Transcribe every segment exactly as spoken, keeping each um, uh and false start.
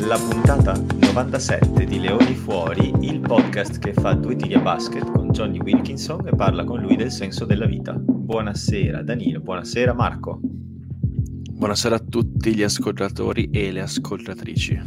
la puntata novantasette di Leoni Fuori, il podcast che fa due tiri a basket con Johnny Wilkinson e parla con lui del senso della vita. Buonasera Danilo, buonasera Marco. Buonasera a tutti gli ascoltatori e le ascoltatrici.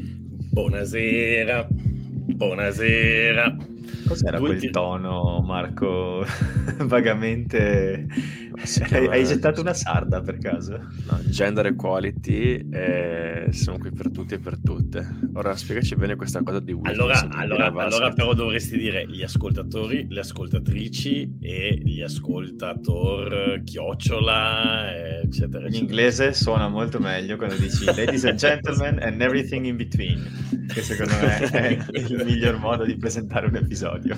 Buonasera, buonasera. Cos'era Due quel ti- tono, Marco? Vagamente Si hai, chiama- hai gettato una sarda per caso? No, gender equality, eh, siamo qui per tutti e per tutte. Ora spiegaci bene questa cosa di Wilkinson. Allora, che allora, tira basket. allora però dovresti dire gli ascoltatori, le ascoltatrici e gli ascoltator chiocciola, eh, eccetera, In eccetera. inglese suona molto meglio quando dici ladies and gentlemen and everything in between, che secondo me è il miglior modo di presentare un episodio.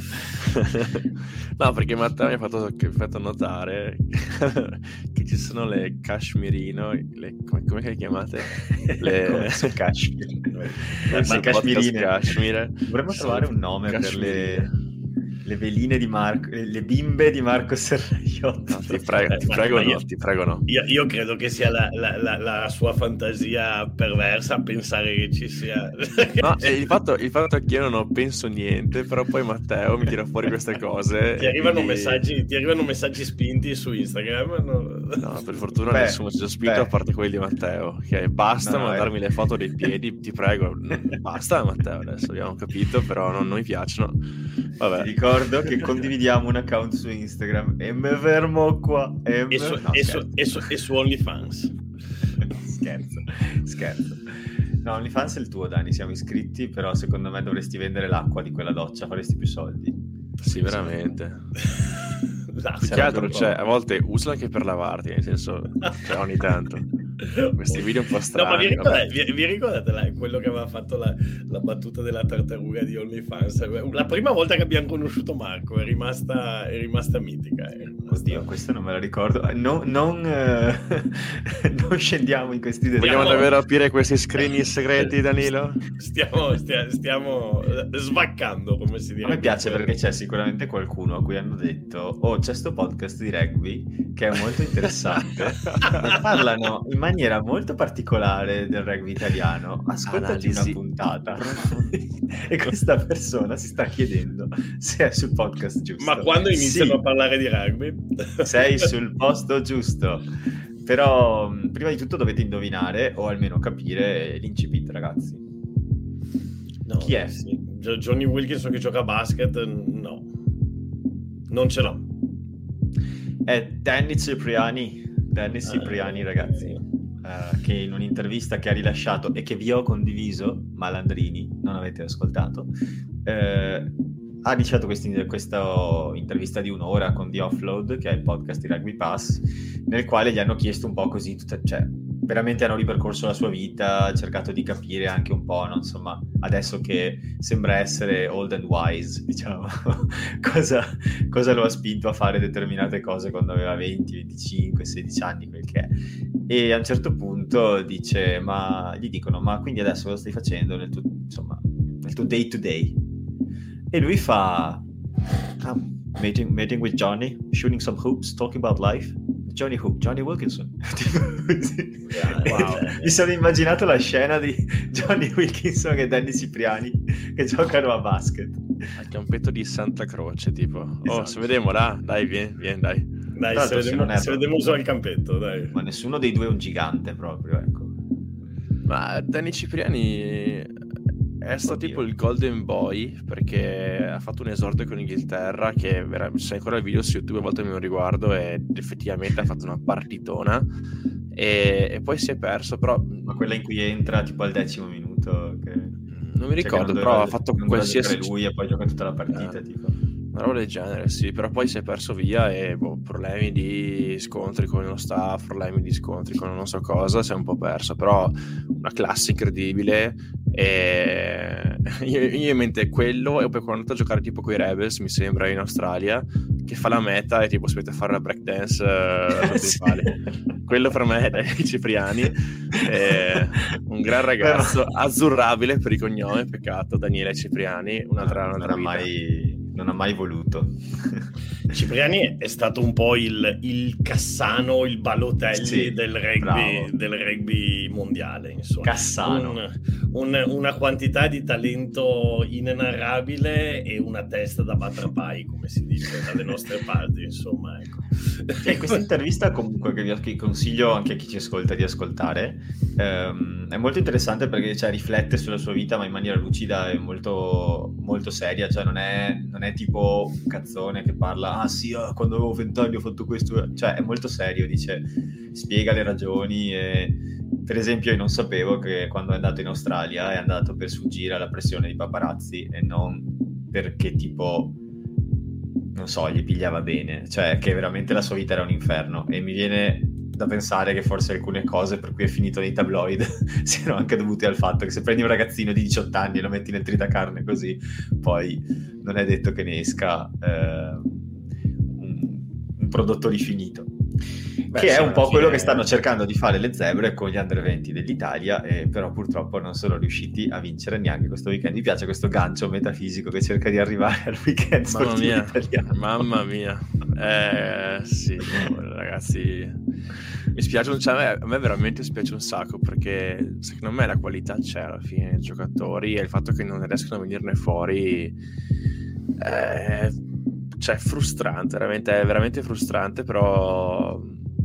No, perché Matteo mi ha fatto, mi ha fatto notare che ci sono le cashmirino, le, come, come le chiamate? Le Come su Kashmir. le Ma Kashmirine. Kashmir. Dovremmo Sono trovare un nome per le, cashmirine. le veline di Marco, le bimbe di Marco Serraiotto. No, ti prego, ti Ma- prego ma no, io- ti prego no. Io, io credo che sia la, la- la- la sua fantasia perversa pensare che ci sia... No, e il fatto, il fatto è che io non penso niente, però poi Matteo mi tira fuori queste cose. Ti e arrivano, quindi- messaggi, ti arrivano messaggi spinti su Instagram? No, No, per fortuna Beh, nessuno ci ha spinto beh. a parte quelli di Matteo. Che basta No, no, mandarmi eh. le foto dei piedi, ti prego. Basta Matteo, adesso abbiamo capito, però non, non mi piacciono. Ti Vabbè. ricordo che condividiamo un account su Instagram e me fermo qua. E, me... E su, no, e su- scherzo. e su- e su OnlyFans. scherzo, scherzo. No, OnlyFans è il tuo, Dani, siamo iscritti, però secondo me dovresti vendere l'acqua di quella doccia, faresti più soldi. Sì, veramente. Esatto. Più che altro, cioè, a volte usala anche per lavarti, nel senso, cioè, ogni tanto. Questi video un po' strani. No, ma vi vabbè. ricordate, vi, vi ricordate la- quello che aveva fatto la, la battuta della tartaruga di OnlyFans? La prima volta che abbiamo conosciuto Marco è rimasta, è rimasta mitica. È rimasta... Oddio, questo non me lo ricordo. Eh, No, non, eh, non scendiamo in questi dettagli. Vogliamo Stiamo- davvero aprire questi screen segreti, Danilo? Stiamo, stia- stiamo svaccando, come si dice. A me piace perché c'è sicuramente qualcuno a cui hanno detto oh, c'è sto podcast di rugby che è molto interessante e parlano in maniera molto particolare del rugby italiano. Ascoltati Analisi una puntata. E questa persona si sta chiedendo se è sul podcast giusto. Ma quando iniziano Sì, a parlare di rugby? sei sul posto giusto. Però mh, prima di tutto dovete indovinare o almeno capire l'incipit, ragazzi. No, Chi è? sì. Gio- Johnny Wilkinson che gioca a basket? No. Non ce l'ho. È Danny Cipriani, Danny Ah, Cipriani, eh, ragazzi, eh, che in un'intervista che ha rilasciato e che vi ho condiviso, malandrini, non avete ascoltato, eh, ha rilasciato questi- questa intervista di un'ora con The Offload, che è il podcast di Rugby Pass, nel quale gli hanno chiesto un po' così, tutta- cioè veramente hanno ripercorso la sua vita, ha cercato di capire anche un po', no? Insomma, adesso che sembra essere old and wise, diciamo, cosa, cosa lo ha spinto a fare determinate cose quando aveva venti, venticinque, sedici anni, quel che è. E a un certo punto dice, ma gli dicono, ma quindi adesso lo stai facendo nel tuo, insomma, nel tuo day to day? E lui fa, ah, meeting, meeting with Johnny, shooting some hoops, talking about life. Johnny Who? Johnny Wilkinson. Tipo così. Wow. Mi sono immaginato la scena di Johnny Wilkinson e Danny Cipriani che giocano a basket. Al campetto di Santa Croce, tipo. Oh, Esatto. se vediamo là, dai, vieni, vieni, dai. Dai, Tra se l'altro, se vediamo, non erro- se vediamo su al campetto, dai. Ma nessuno dei due è un gigante proprio, ecco. Ma Danny Cipriani è stato Oddio. tipo il golden boy perché ha fatto un esordio con l'Inghilterra che vera- c'è ancora il video su YouTube, a volte me lo riguardo e effettivamente ha fatto una partitona e, e poi si è perso, però Ma quella in cui entra tipo al decimo minuto. Che... non mi cioè, ricordo, che non però doveva- ha fatto non doveva qualsiasi giocare lui e poi gioca tutta la partita, Eh. tipo. una roba del genere, sì, però poi si è perso via e boh, problemi di scontri con lo staff, problemi di scontri con non so cosa, si è un po' perso, però una classe incredibile e io, io in mente quello e poi quando è andato a giocare tipo con i Rebels, mi sembra, in Australia, che fa la meta e tipo aspetta a fare la breakdance uh, Sì. quello per me è Danny Cipriani, è un gran ragazzo, azzurrabile per il cognome, peccato, Daniele Cipriani, un'altra, non un'altra ha vita. mai non ha mai voluto. Cipriani è stato un po' il, il Cassano, il Balotelli sì, del rugby, del rugby mondiale, insomma. Cassano. Un, un, una quantità di talento inenarrabile e una testa da batrapai, come si dice dalle nostre parti, insomma, ecco. E questa intervista comunque che vi consiglio anche a chi ci ascolta di ascoltare, ehm, è molto interessante perché cioè, riflette sulla sua vita ma in maniera lucida e molto, molto seria, cioè non è, non è tipo un cazzone che parla ah sì, ah, quando avevo vent'anni ho fatto questo, cioè è molto serio, dice, spiega le ragioni e per esempio io non sapevo che quando è andato in Australia è andato per sfuggire alla pressione di paparazzi e non perché tipo non so, gli pigliava bene, cioè che veramente la sua vita era un inferno e mi viene da pensare che forse alcune cose per cui è finito nei tabloid siano anche dovute al fatto che se prendi un ragazzino di diciotto anni e lo metti nel tritacarne così, poi non è detto che ne esca eh, un, un prodotto rifinito. Beh, che è un po' fine... quello che stanno cercando di fare le zebre con gli under venti dell'Italia, e però purtroppo non sono riusciti a vincere neanche questo weekend. Mi piace questo gancio metafisico che cerca di arrivare al weekend sportivo mamma mia, italiano. Mamma mia, eh, sì, ragazzi, mi spiace, cioè, a me veramente spiace un sacco perché secondo me la qualità c'è alla fine dei giocatori e il fatto che non riescono a venirne fuori eh, cioè è frustrante, veramente, è veramente frustrante, però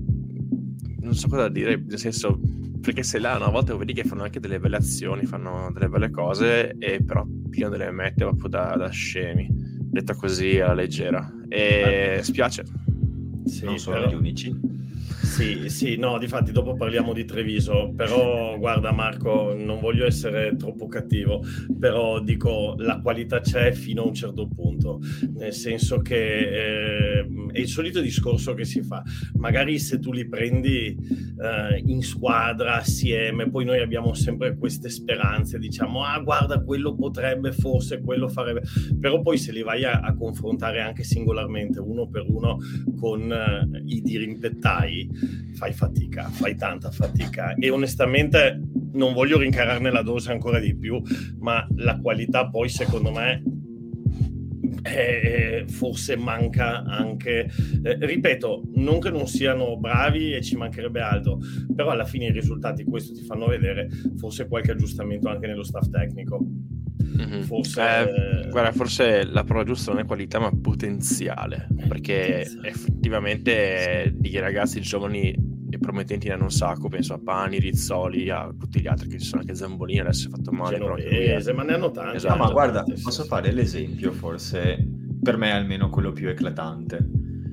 non so cosa dire, nel senso, perché sei là una volta vedi che fanno anche delle belle azioni, fanno delle belle cose e però pigliano delle mette proprio da, da scemi, detta così alla leggera, e eh, spiace. Sì, non sono però... gli unici. Sì, sì, no, difatti dopo parliamo di Treviso, però guarda Marco, non voglio essere troppo cattivo, però dico la qualità c'è fino a un certo punto, nel senso che eh, è il solito discorso che si fa, magari se tu li prendi eh, in squadra, assieme, poi noi abbiamo sempre queste speranze, diciamo, ah guarda quello potrebbe, forse quello farebbe, però poi se li vai a, a confrontare anche singolarmente, uno per uno, con eh, i dirimpettai, fai fatica, fai tanta fatica e onestamente non voglio rincararne la dose ancora di più, ma la qualità poi secondo me eh, forse manca anche, eh, ripeto, non che non siano bravi e ci mancherebbe altro, però alla fine i risultati questo ti fanno vedere, forse qualche aggiustamento anche nello staff tecnico. Mm-hmm. Forse, eh, guarda, forse la parola giusta non è qualità ma potenziale, perché potenziale. Effettivamente di ragazzi giovani e promettenti ne hanno un sacco, penso a Pani, Rizzoli, a tutti gli altri che ci sono, anche Zambolini adesso è fatto male, Genovese, ma ne hanno tanti. Esatto. No, ma guarda, posso fare l'esempio forse per me almeno quello più eclatante.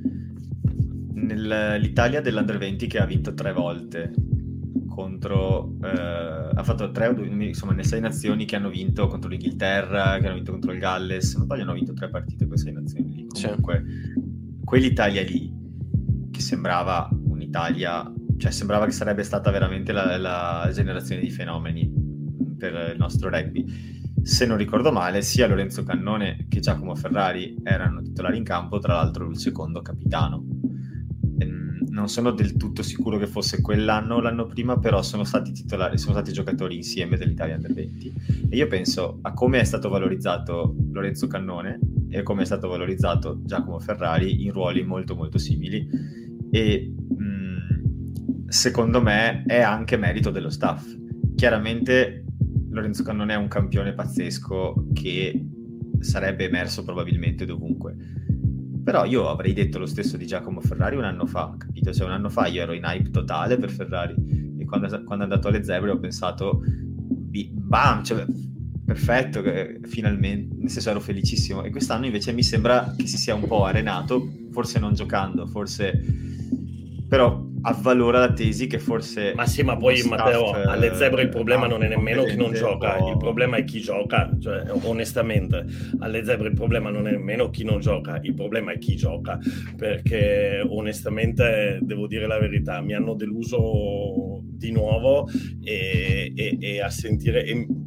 Nell'Italia dell'Under venti che ha vinto tre volte contro eh, ha fatto tre insomma nelle sei nazioni che hanno vinto contro l'Inghilterra, che hanno vinto contro il Galles, non sbaglio hanno vinto tre partite con sei nazioni lì. Comunque sì. Quell'Italia lì che sembrava un'Italia, cioè sembrava che sarebbe stata veramente la, la generazione di fenomeni per il nostro rugby. Se non ricordo male, sia Lorenzo Cannone che Giacomo Ferrari erano titolari in campo, tra l'altro il secondo capitano. Non sono del tutto sicuro che fosse quell'anno o l'anno prima, però sono stati titolari, sono stati giocatori insieme dell'Italia Under venti. E io penso a come è stato valorizzato Lorenzo Cannone e come è stato valorizzato Giacomo Ferrari in ruoli molto molto simili. E mh, secondo me è anche merito dello staff. Chiaramente Lorenzo Cannone è un campione pazzesco che sarebbe emerso probabilmente dovunque. Però io avrei detto lo stesso di Giacomo Ferrari un anno fa, capito? Cioè un anno fa io ero in hype totale per Ferrari e quando, quando è andato alle zebre ho pensato bam, cioè, perfetto, finalmente, nel senso ero felicissimo. E quest'anno invece mi sembra che si sia un po' arenato, forse non giocando, forse però avvalora la tesi che forse... Ma sì, ma poi staff, Matteo, alle zebre il problema non è nemmeno chi non gioca, il problema è chi gioca, cioè onestamente alle zebre il problema non è nemmeno chi non gioca, il problema è chi gioca, perché onestamente devo dire la verità, mi hanno deluso di nuovo e, e, e a sentire... E,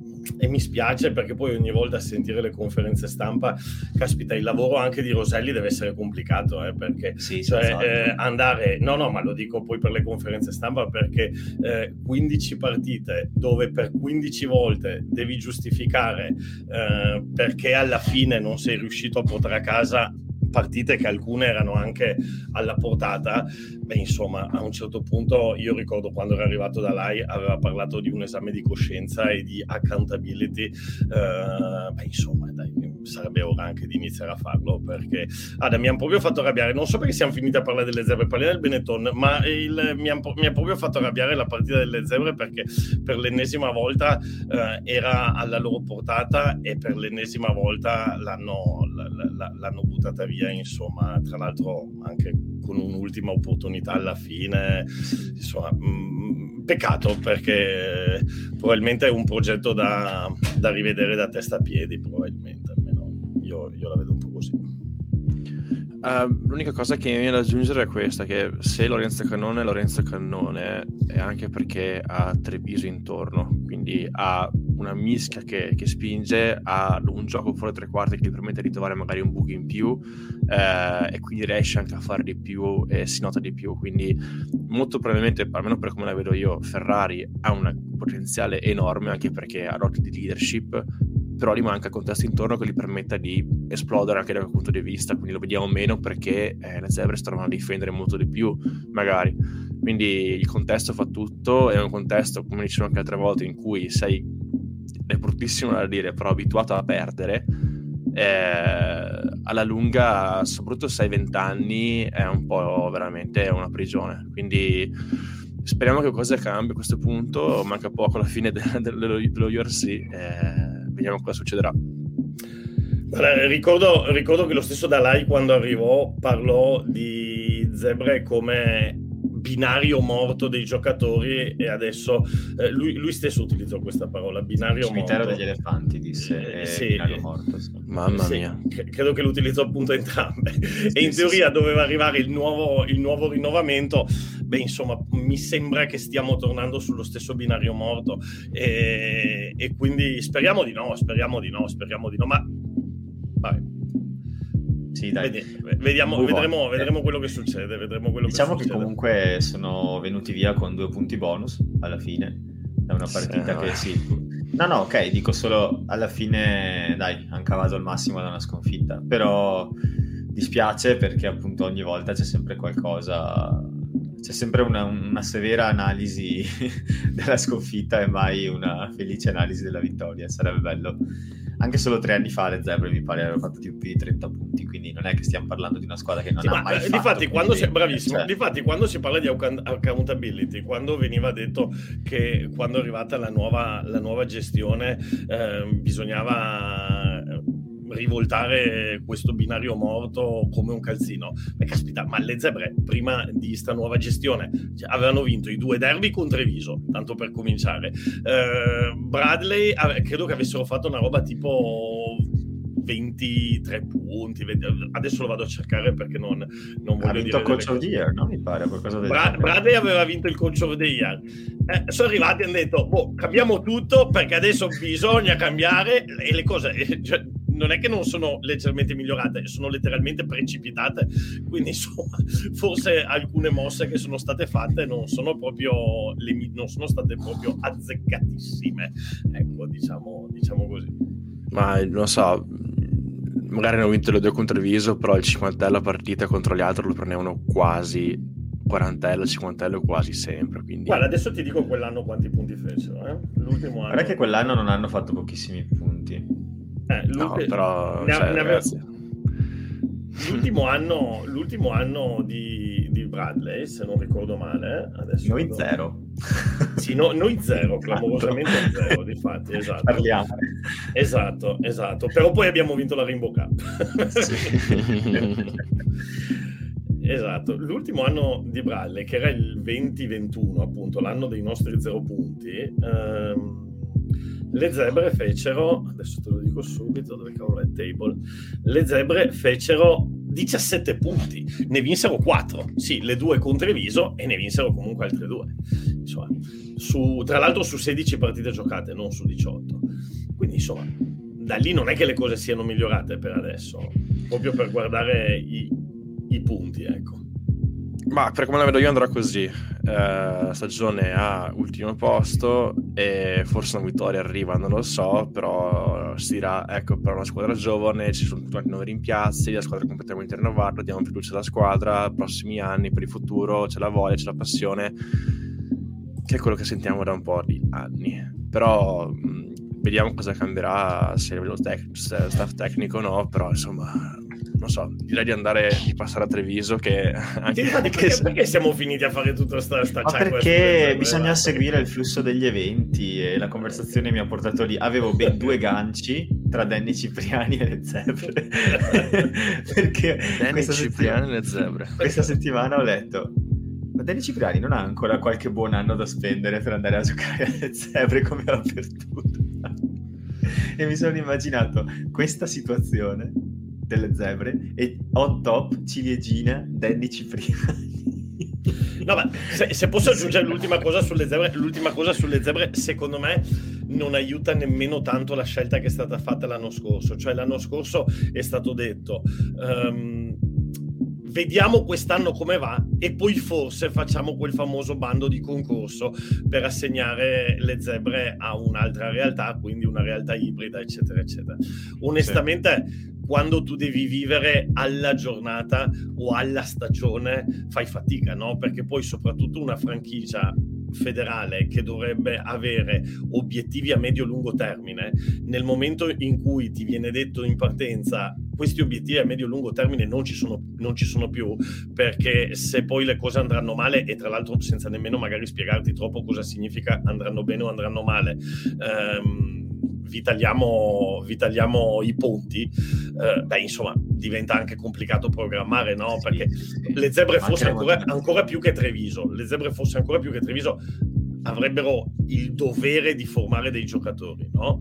e mi spiace perché poi ogni volta a sentire le conferenze stampa, caspita, il lavoro anche di Roselli deve essere complicato, eh, perché sì, cioè, esatto. eh, andare, no no, ma lo dico poi per le conferenze stampa, perché eh, quindici partite dove per quindici volte devi giustificare eh, perché alla fine non sei riuscito a portare a casa partite che alcune erano anche alla portata, beh insomma a un certo punto io ricordo quando era arrivato da lei aveva parlato di un esame di coscienza e di accountability, eh, beh insomma dai, sarebbe ora anche di iniziare a farlo, perché ah, mi hanno proprio fatto arrabbiare, non so perché siamo finiti a parlare delle zebre, parliamo del Benetton, ma il, mi, han, mi ha proprio fatto arrabbiare la partita delle zebre perché per l'ennesima volta eh, era alla loro portata e per l'ennesima volta l'hanno, l'hanno buttata via, insomma, tra l'altro anche con un'ultima opportunità alla fine, insomma, mh, peccato, perché probabilmente è un progetto da, da rivedere da testa a piedi, probabilmente, almeno io, io la vedo un po' così. Uh, l'unica cosa che mi viene da aggiungere è questa, che se Lorenzo Cannone è Lorenzo Cannone è anche perché ha Treviso intorno, quindi ha una mischia che, che spinge, ha un gioco fuori tre quarti che gli permette di trovare magari un buco in più eh, e quindi riesce anche a fare di più e si nota di più, quindi molto probabilmente, almeno per come la vedo io, Ferrari ha un potenziale enorme anche perché ha doti di leadership, però gli manca il contesto intorno che gli permetta di esplodere anche da quel punto di vista, quindi lo vediamo meno perché eh, le zebre si trovano a difendere molto di più magari, quindi il contesto fa tutto, è un contesto, come dicevo anche altre volte, in cui sei, è bruttissimo da dire, però abituato a perdere, eh, alla lunga, soprattutto se hai venti anni, è un po' veramente una prigione, quindi speriamo che cosa cambi a questo punto, manca poco alla fine de- de- dello, dello U R C, eh, vediamo cosa succederà. Allora, ricordo, ricordo che lo stesso Dalai quando arrivò parlò di zebre come binario morto dei giocatori e adesso eh, lui, lui stesso utilizzò questa parola, binario cimitero morto. degli elefanti disse, eh, sì, binario eh, morto, sì. Mamma sì, mia, credo che lo utilizzò appunto entrambe sì, e in sì, teoria sì. doveva arrivare il nuovo, il nuovo rinnovamento. Beh, insomma, mi sembra che stiamo tornando sullo stesso binario morto e, e quindi speriamo di no, speriamo di no, speriamo di no, ma vabbè. Sì, dai. Vedi, vediamo, vedremo, vedremo quello che succede. Vedremo quello diciamo che, che succede. Comunque sono venuti via con due punti bonus alla fine. È una partita sì, che sì. No, no, ok, dico solo alla fine, dai, hanno cavato il massimo da una sconfitta. Però dispiace perché appunto ogni volta c'è sempre qualcosa. C'è sempre una, una severa analisi della sconfitta e mai una felice analisi della vittoria. Sarebbe bello. Anche solo tre anni fa le zebre mi pare avevano fatto più di trenta punti, quindi non è che stiamo parlando di una squadra che non sì, ha ma, mai eh, fatto difatti, quando si, venti, bravissimo, cioè. difatti quando si parla di accountability, quando veniva detto che quando è arrivata la nuova, la nuova gestione eh, bisognava rivoltare questo binario morto come un calzino, beh caspita, ma le zebre prima di sta nuova gestione cioè, avevano vinto i due derby con Treviso, tanto per cominciare, eh, Bradley credo che avessero fatto una roba tipo ventitré punti, adesso lo vado a cercare perché non, non voglio ha vinto dire Coach of the Year, no? Mi pare qualcosa del Bra- Bradley aveva vinto il Coach of the Year, eh, sono arrivati e hanno detto boh, cambiamo tutto perché adesso bisogna cambiare e le cose cioè, non è che non sono leggermente migliorate, sono letteralmente precipitate, quindi insomma forse alcune mosse che sono state fatte non sono proprio le, non sono state proprio azzeccatissime, ecco, diciamo, diciamo così. ma non so, magari hanno vinto le due contro Treviso, però il cinquantello a partita contro gli altri lo prendevano quasi, quarantello, cinquantello quasi sempre, quindi... Guarda, adesso ti dico quell'anno quanti punti fecero, eh? L'ultimo anno... Guarda che quell'anno non hanno fatto pochissimi punti. Eh, no, però... ne, Cioè, ne ragazzi... L'ultimo anno, l'ultimo anno di, di Bradley, se non ricordo male, adesso noi vado... zero. Sì, no, noi zero, clamorosamente zero, difatti, esatto. Parliamo. Esatto, esatto. Però poi abbiamo vinto la Rainbow Cup. Sì. Esatto. L'ultimo anno di Bradley, che era il venti ventuno, appunto, l'anno dei nostri zero punti, ehm, le zebre fecero, adesso te lo dico subito, dove cavolo è il table, le zebre fecero diciassette punti, ne vinsero quattro, sì, le due con Treviso e ne vinsero comunque altre due, insomma, su, tra l'altro su sedici partite giocate, non su diciotto. Quindi insomma, da lì non è che le cose siano migliorate per adesso, proprio per guardare i, i punti, ecco. Ma per come la vedo io andrà così, eh, stagione a ultimo posto e forse una vittoria arriva, non lo so, però si dirà, ecco, però una squadra giovane, ci sono tutti nuovi rimpiazzi, la squadra è completamente rinnovata, diamo fiducia alla squadra, prossimi anni, per il futuro, c'è la voglia, c'è la passione, che è quello che sentiamo da un po' di anni. Però mh, vediamo cosa cambierà, se a livello tec- staff tecnico o no, però insomma... non so, direi di andare di passare a Treviso che anche, sì, anche perché, se... perché siamo finiti a fare tutta sta, sta ma perché bisogna seguire il flusso degli eventi e la conversazione mi ha portato lì. Avevo ben due ganci tra Danny Cipriani e le zebre perché Danny Cipriani e le zebre questa settimana ho letto, ma Danny Cipriani non ha ancora qualche buon anno da spendere per andare a giocare alle zebre come apertura, e mi sono immaginato questa situazione delle zebre e on top ciliegina Danny Cipriani. No, ma se, se posso aggiungere l'ultima cosa sulle zebre, l'ultima cosa sulle zebre, secondo me non aiuta nemmeno tanto la scelta che è stata fatta l'anno scorso. Cioè l'anno scorso è stato detto um, vediamo quest'anno come va e poi forse facciamo quel famoso bando di concorso per assegnare le zebre a un'altra realtà, quindi una realtà ibrida, eccetera, eccetera. Onestamente, sì, quando tu devi vivere alla giornata o alla stagione fai fatica, no? Perché poi soprattutto una franchigia federale che dovrebbe avere obiettivi a medio-lungo termine, nel momento in cui ti viene detto in partenza questi obiettivi a medio-lungo termine non ci sono, non ci sono più, perché se poi le cose andranno male, e tra l'altro senza nemmeno magari spiegarti troppo cosa significa andranno bene o andranno male, ehm, vi tagliamo, vi tagliamo i ponti, eh, beh insomma diventa anche complicato programmare, no? Sì, perché sì. le zebre fosse ancora, ancora più che Treviso, le zebre fosse ancora più che Treviso avrebbero il dovere di formare dei giocatori, no?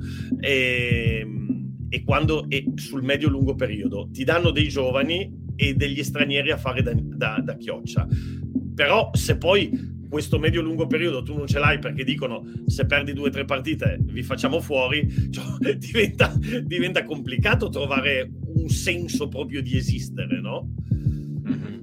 E, e quando e sul medio-lungo periodo ti danno dei giovani e degli stranieri a fare da, da, da chioccia, però se poi questo medio-lungo periodo tu non ce l'hai perché dicono se perdi due o tre partite vi facciamo fuori, cioè, diventa, diventa complicato trovare un senso proprio di esistere, no? Mm-hmm.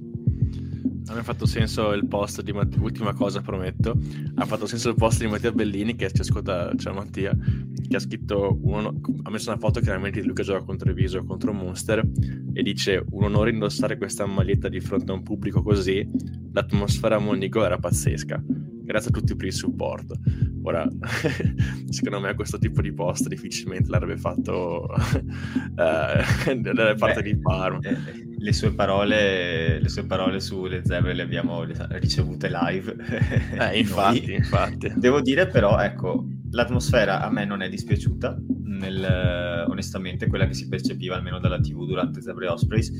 A me ha fatto senso il post di Matt- ultima cosa prometto, ha fatto senso il post di Mattia Bellini che ci ascolta, ciao Mattia, che ha scritto un, ha messo una foto chiaramente di lui che gioca contro Treviso contro Munster e dice un onore indossare questa maglietta di fronte a un pubblico così, l'atmosfera a Monigo era pazzesca, grazie a tutti per il supporto. Ora secondo me questo tipo di post difficilmente l'avrebbe fatto eh, l'avrebbe fatto di Parma. Eh, le sue parole le sue parole sulle zebre le abbiamo ricevute live, eh, infatti, infatti devo dire però ecco, l'atmosfera a me non è dispiaciuta nel, onestamente quella che si percepiva almeno dalla tivù durante Zebre Ospreys,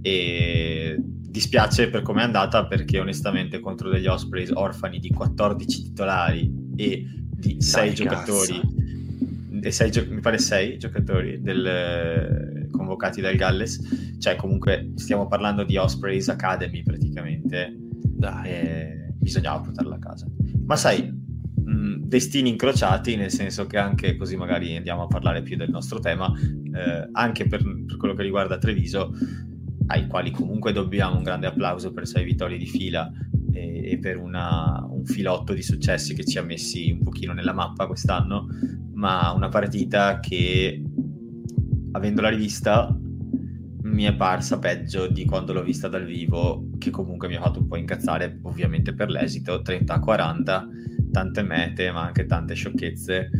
e dispiace per come è andata perché onestamente contro degli Ospreys orfani di quattordici titolari e di sei giocatori e sei, mi pare sei giocatori del, convocati dal Galles, cioè comunque stiamo parlando di Ospreys Academy praticamente. Dai. E bisognava portarla a casa, ma sai, mh, destini incrociati, nel senso che anche così magari andiamo a parlare più del nostro tema, eh, anche per, per quello che riguarda Treviso, ai quali comunque dobbiamo un grande applauso per sei vittorie di fila e, e per una, un filotto di successi che ci ha messi un pochino nella mappa quest'anno, ma una partita che, avendola rivista, mi è parsa peggio di quando l'ho vista dal vivo, che comunque mi ha fatto un po' incazzare, ovviamente per l'esito, trenta a quaranta, tante mete ma anche tante sciocchezze.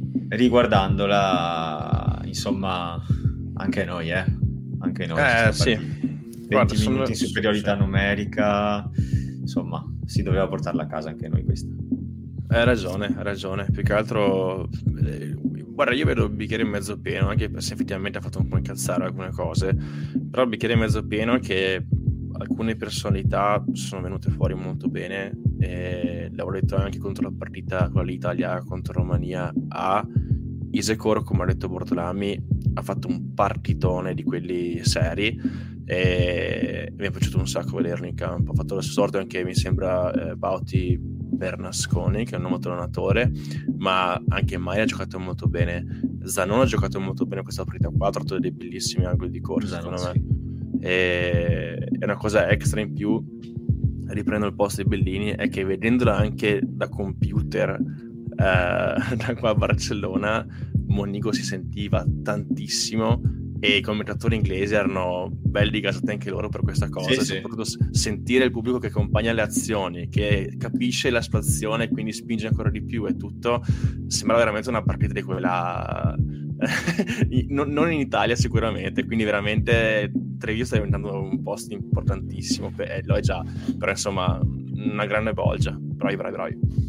Riguardandola, insomma, anche noi, eh, anche noi, eh, sì. venti Guarda, minuti sono... in superiorità sì. numerica, insomma, si doveva portarla a casa anche noi questa. Hai ragione, hai ragione, più che altro eh, guarda, io vedo il bicchiere mezzo pieno, anche se effettivamente ha fatto un po' incazzare alcune cose, però il bicchiere mezzo pieno è che alcune personalità sono venute fuori molto bene, e l'avevo detto anche contro la partita con l'Italia contro Romania a Isecor, come ha detto Bortolami, ha fatto un partitone di quelli seri e mi è piaciuto un sacco vederlo in campo. Ha fatto lo stesso ordine anche, mi sembra, eh, Bauti Bernasconi, che è un nuovo tornatore, ma anche Mai ha giocato molto bene. Zanon ha giocato molto bene questa partita qua, ha trovato dei bellissimi angoli di corsa, Zanon, secondo me. sì. E è una cosa extra in più, riprendo il posto di Bellini, è che vedendola anche da computer eh, da qua a Barcellona, Monigo si sentiva tantissimo e i commentatori inglesi erano belli gasati anche loro per questa cosa, sì, e sì. soprattutto sentire il pubblico che accompagna le azioni, che capisce la situazione e quindi spinge ancora di più e tutto. Sembra veramente una partita di quella non, non in Italia sicuramente, quindi veramente Treviso sta diventando un posto importantissimo, eh, lo è già, però insomma una grande bolgia. Bravi, bravi, bravi.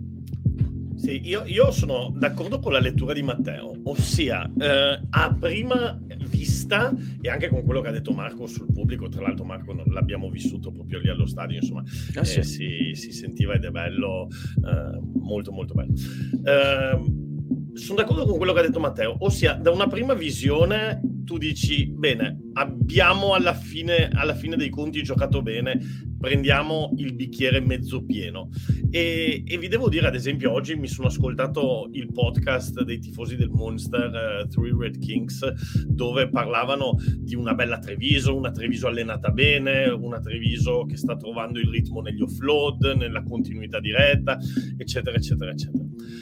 Sì, io, io sono d'accordo con la lettura di Matteo, ossia eh, a prima vista, e anche con quello che ha detto Marco sul pubblico, tra l'altro Marco non l'abbiamo vissuto proprio lì allo stadio, insomma, ah, sì. eh, si, si sentiva ed è bello, eh, molto molto bello. Eh, sono d'accordo con quello che ha detto Matteo, ossia da una prima visione tu dici, bene, abbiamo alla fine, alla fine dei conti giocato bene, prendiamo il bicchiere mezzo pieno. E, e vi devo dire, ad esempio, oggi mi sono ascoltato il podcast dei tifosi del Munster, uh, Three Red Kings, dove parlavano di una bella Treviso, una Treviso allenata bene, una Treviso che sta trovando il ritmo negli offload, nella continuità diretta, eccetera, eccetera, eccetera.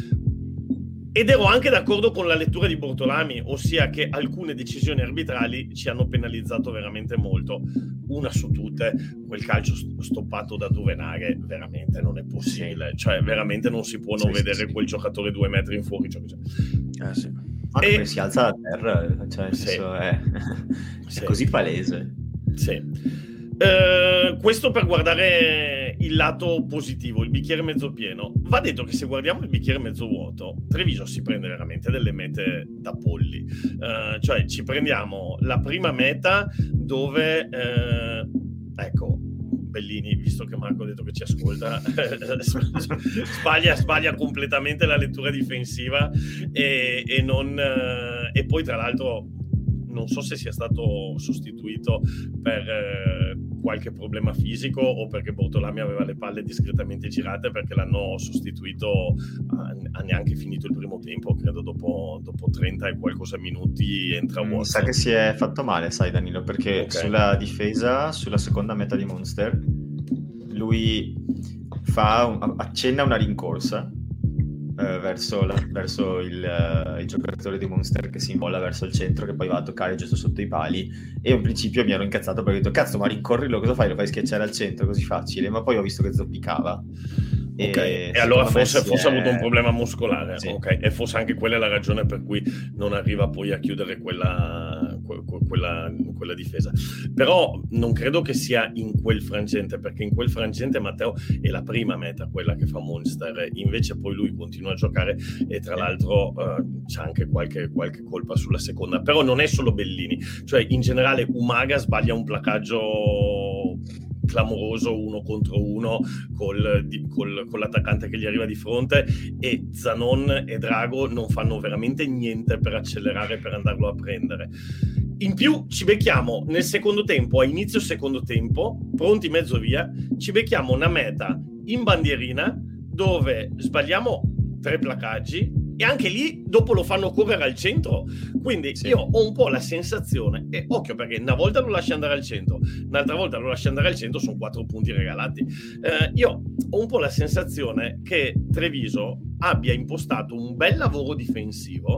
Ed ero anche d'accordo con la lettura di Bortolami, ossia che alcune decisioni arbitrali ci hanno penalizzato veramente molto. Una su tutte, quel calcio stoppato da Duvenaghe, veramente non è possibile. Cioè, veramente non si può non sì, vedere sì, sì. quel giocatore due metri in fuori. Cioè, Eh, sì. Ma e... come si alza da terra, cioè, nel sì. senso, è, sì. è così palese. Sì. Uh, questo per guardare il lato positivo, il bicchiere mezzo pieno. Va detto che se guardiamo il bicchiere mezzo vuoto, Treviso si prende veramente delle mete da polli, uh, cioè ci prendiamo la prima meta dove uh, ecco Bellini, visto che Marco ha detto che ci ascolta, sbaglia, sbaglia completamente la lettura difensiva e, e, non, uh, e poi tra l'altro non so se sia stato sostituito per eh, qualche problema fisico o perché Bortolami aveva le palle discretamente girate, perché l'hanno sostituito a, a neanche finito il primo tempo, credo dopo, dopo trenta e qualcosa minuti entra Mi Watson. sa che si è fatto male, sai Danilo, perché Okay. sulla difesa, sulla seconda meta di Munster, lui fa un, accenna una rincorsa Uh, verso, la, verso il, uh, il giocatore di Munster che si involla verso il centro, che poi va a toccare giusto sotto i pali, e in principio mi ero incazzato perché ho detto cazzo, ma rincorrilo, cosa fai? Lo fai schiacciare al centro, così facile, ma poi ho visto che zoppicava. E, e, e allora forse, forse è... ha avuto un problema muscolare, sì. Okay. E forse anche quella è la ragione per cui non arriva poi a chiudere quella, quella, quella difesa. Però non credo che sia in quel frangente, perché in quel frangente Matteo è la prima meta, quella che fa Munster, invece poi lui continua a giocare e tra l'altro uh, c'è anche qualche, qualche colpa sulla seconda. Però non è solo Bellini, cioè in generale Umaga sbaglia un placaggio clamoroso uno contro uno col, di, col, con l'attaccante che gli arriva di fronte, e Zanon e Drago non fanno veramente niente per accelerare, per andarlo a prendere. In più ci becchiamo nel secondo tempo, a inizio secondo tempo, pronti mezzo via, ci becchiamo una meta in bandierina dove sbagliamo tre placaggi e anche lì dopo lo fanno correre al centro. Quindi sì. Io ho un po' la sensazione, e occhio perché una volta lo lasci andare al centro, un'altra volta lo lasci andare al centro, sono quattro punti regalati. Eh, io ho un po' la sensazione che Treviso abbia impostato un bel lavoro difensivo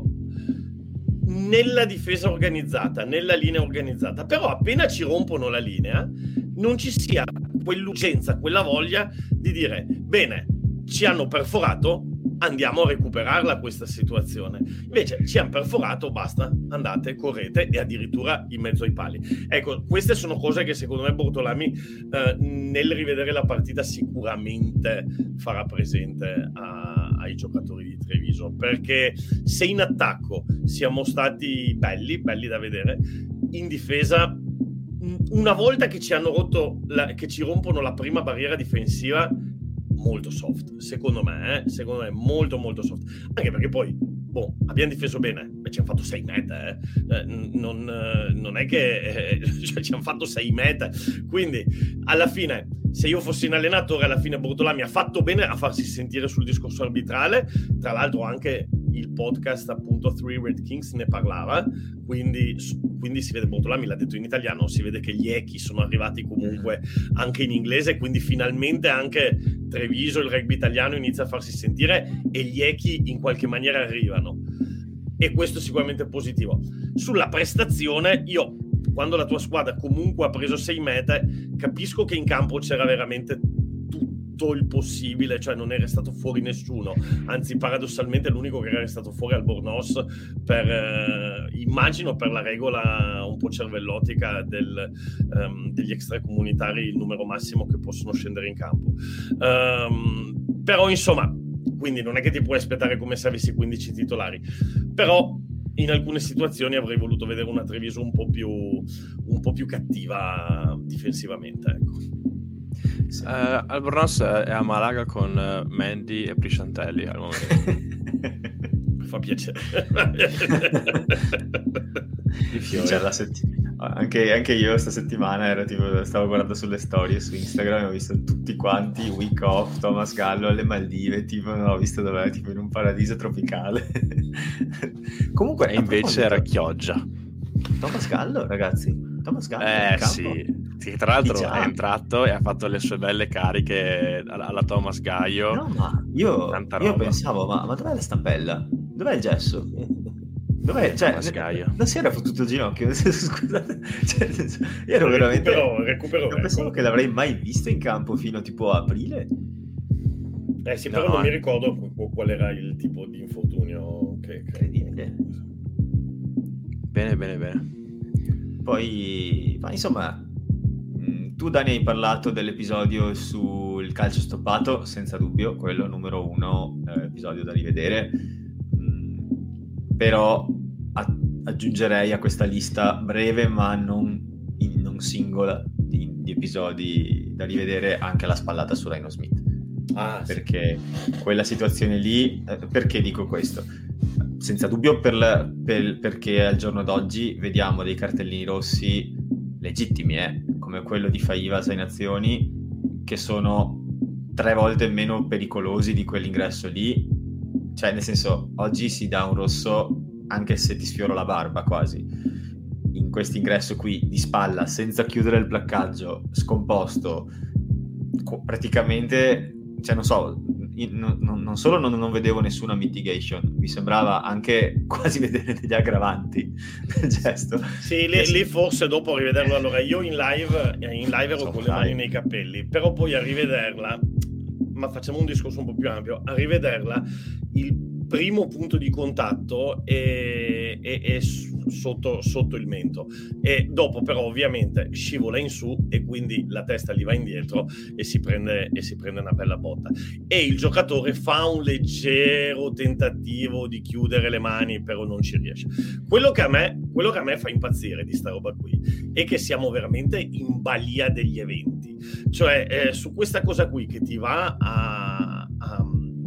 nella difesa organizzata, nella linea organizzata, però appena ci rompono la linea non ci sia quell'urgenza, quella voglia di dire bene, ci hanno perforato, andiamo a recuperarla questa situazione. Invece ci hanno perforato, basta, andate, correte, e addirittura in mezzo ai pali. Ecco, queste sono cose che secondo me Bortolami eh, nel rivedere la partita sicuramente farà presente a, ai giocatori di Treviso, perché se in attacco siamo stati belli, belli da vedere, in difesa una volta che ci hanno rotto la, che ci rompono la prima barriera difensiva, molto soft, secondo me, eh? secondo me molto molto soft, anche perché poi boh, abbiamo difeso bene, ma ci hanno fatto sei mete, eh? Eh, non, eh, non è che eh, cioè, ci hanno fatto sei mete, quindi alla fine se io fossi un allenatore, alla fine Bortolami ha fatto bene a farsi sentire sul discorso arbitrale. Tra l'altro anche il podcast appunto Three Red Kings ne parlava, quindi, quindi si vede, Bortolami l'ha detto in italiano, si vede che gli echi sono arrivati comunque anche in inglese, quindi finalmente anche Treviso, il rugby italiano, inizia a farsi sentire e gli echi in qualche maniera arrivano, e questo è sicuramente positivo. Sulla prestazione, io quando la tua squadra comunque ha preso sei mete, capisco che in campo c'era veramente tutto il possibile, cioè non era stato fuori nessuno, anzi paradossalmente l'unico che era stato fuori Albornoz per eh, immagino per la regola un po' cervellotica del, um, degli extracomunitari, il numero massimo che possono scendere in campo. Um, però insomma, quindi non è che ti puoi aspettare come se avessi quindici titolari, però in alcune situazioni avrei voluto vedere una Treviso un po' più un po' più cattiva difensivamente, ecco. Sì. Uh, Albornoz è a Malaga con uh, Mandy e Prisciantelli al momento. Fa piacere. I fiori alla settimana. Anche, anche io questa settimana ero tipo, stavo guardando sulle storie su Instagram e ho visto tutti quanti week off, Thomas Gallo alle Maldive, tipo non ho visto dov'era, tipo in un paradiso tropicale. Comunque e invece era Chioggia. Thomas Gallo, ragazzi, Thomas Gallo eh sì, sì, tra l'altro è entrato e ha fatto le sue belle cariche alla, alla Thomas Gaio. No, ma io, io pensavo, ma, ma dov'è la stampella? Dov'è il gesso? Dov'è? Cioè, n- non si era fottuto il ginocchio? Scusate, cioè, io ero veramente recupero, recupero, non pensavo che l'avrei mai visto in campo fino tipo a aprile. Eh sì, no, però non eh. mi ricordo qual era il tipo di infortunio che... Incredibile. Bene, bene, bene. Poi, ma insomma, tu Dani hai parlato dell'episodio sul calcio stoppato, senza dubbio, quello numero uno, eh, episodio da rivedere. Però aggiungerei a questa lista breve ma non, in, non singola di, di episodi da rivedere anche la spallata su Rhino Smith. Ah, perché sì. Quella situazione lì, eh, perché dico questo? Senza dubbio per la, per, perché al giorno d'oggi vediamo dei cartellini rossi legittimi, eh, come quello di Faiva Sei Nazioni, che sono tre volte meno pericolosi di quell'ingresso lì. Cioè, nel senso, oggi si dà un rosso anche se ti sfioro la barba quasi. In questo ingresso qui di spalla, senza chiudere il placcaggio, scomposto, co- praticamente, cioè non so, non, non solo non, non vedevo nessuna mitigation, mi sembrava anche quasi vedere degli aggravanti del gesto. Sì, lì, lì forse dopo a rivederlo, allora io in live, in live ero so, con le mani nei capelli, però poi a rivederla, ma facciamo un discorso un po' più ampio, a rivederla il primo punto di contatto è, è, è sotto, sotto il mento, e dopo però ovviamente scivola in su e quindi la testa gli va indietro e si prende, e si prende una bella botta, e il giocatore fa un leggero tentativo di chiudere le mani, però non ci riesce. Quello che a me, quello che a me fa impazzire di sta roba qui è che siamo veramente in balia degli eventi, cioè eh, su questa cosa qui che ti va a, a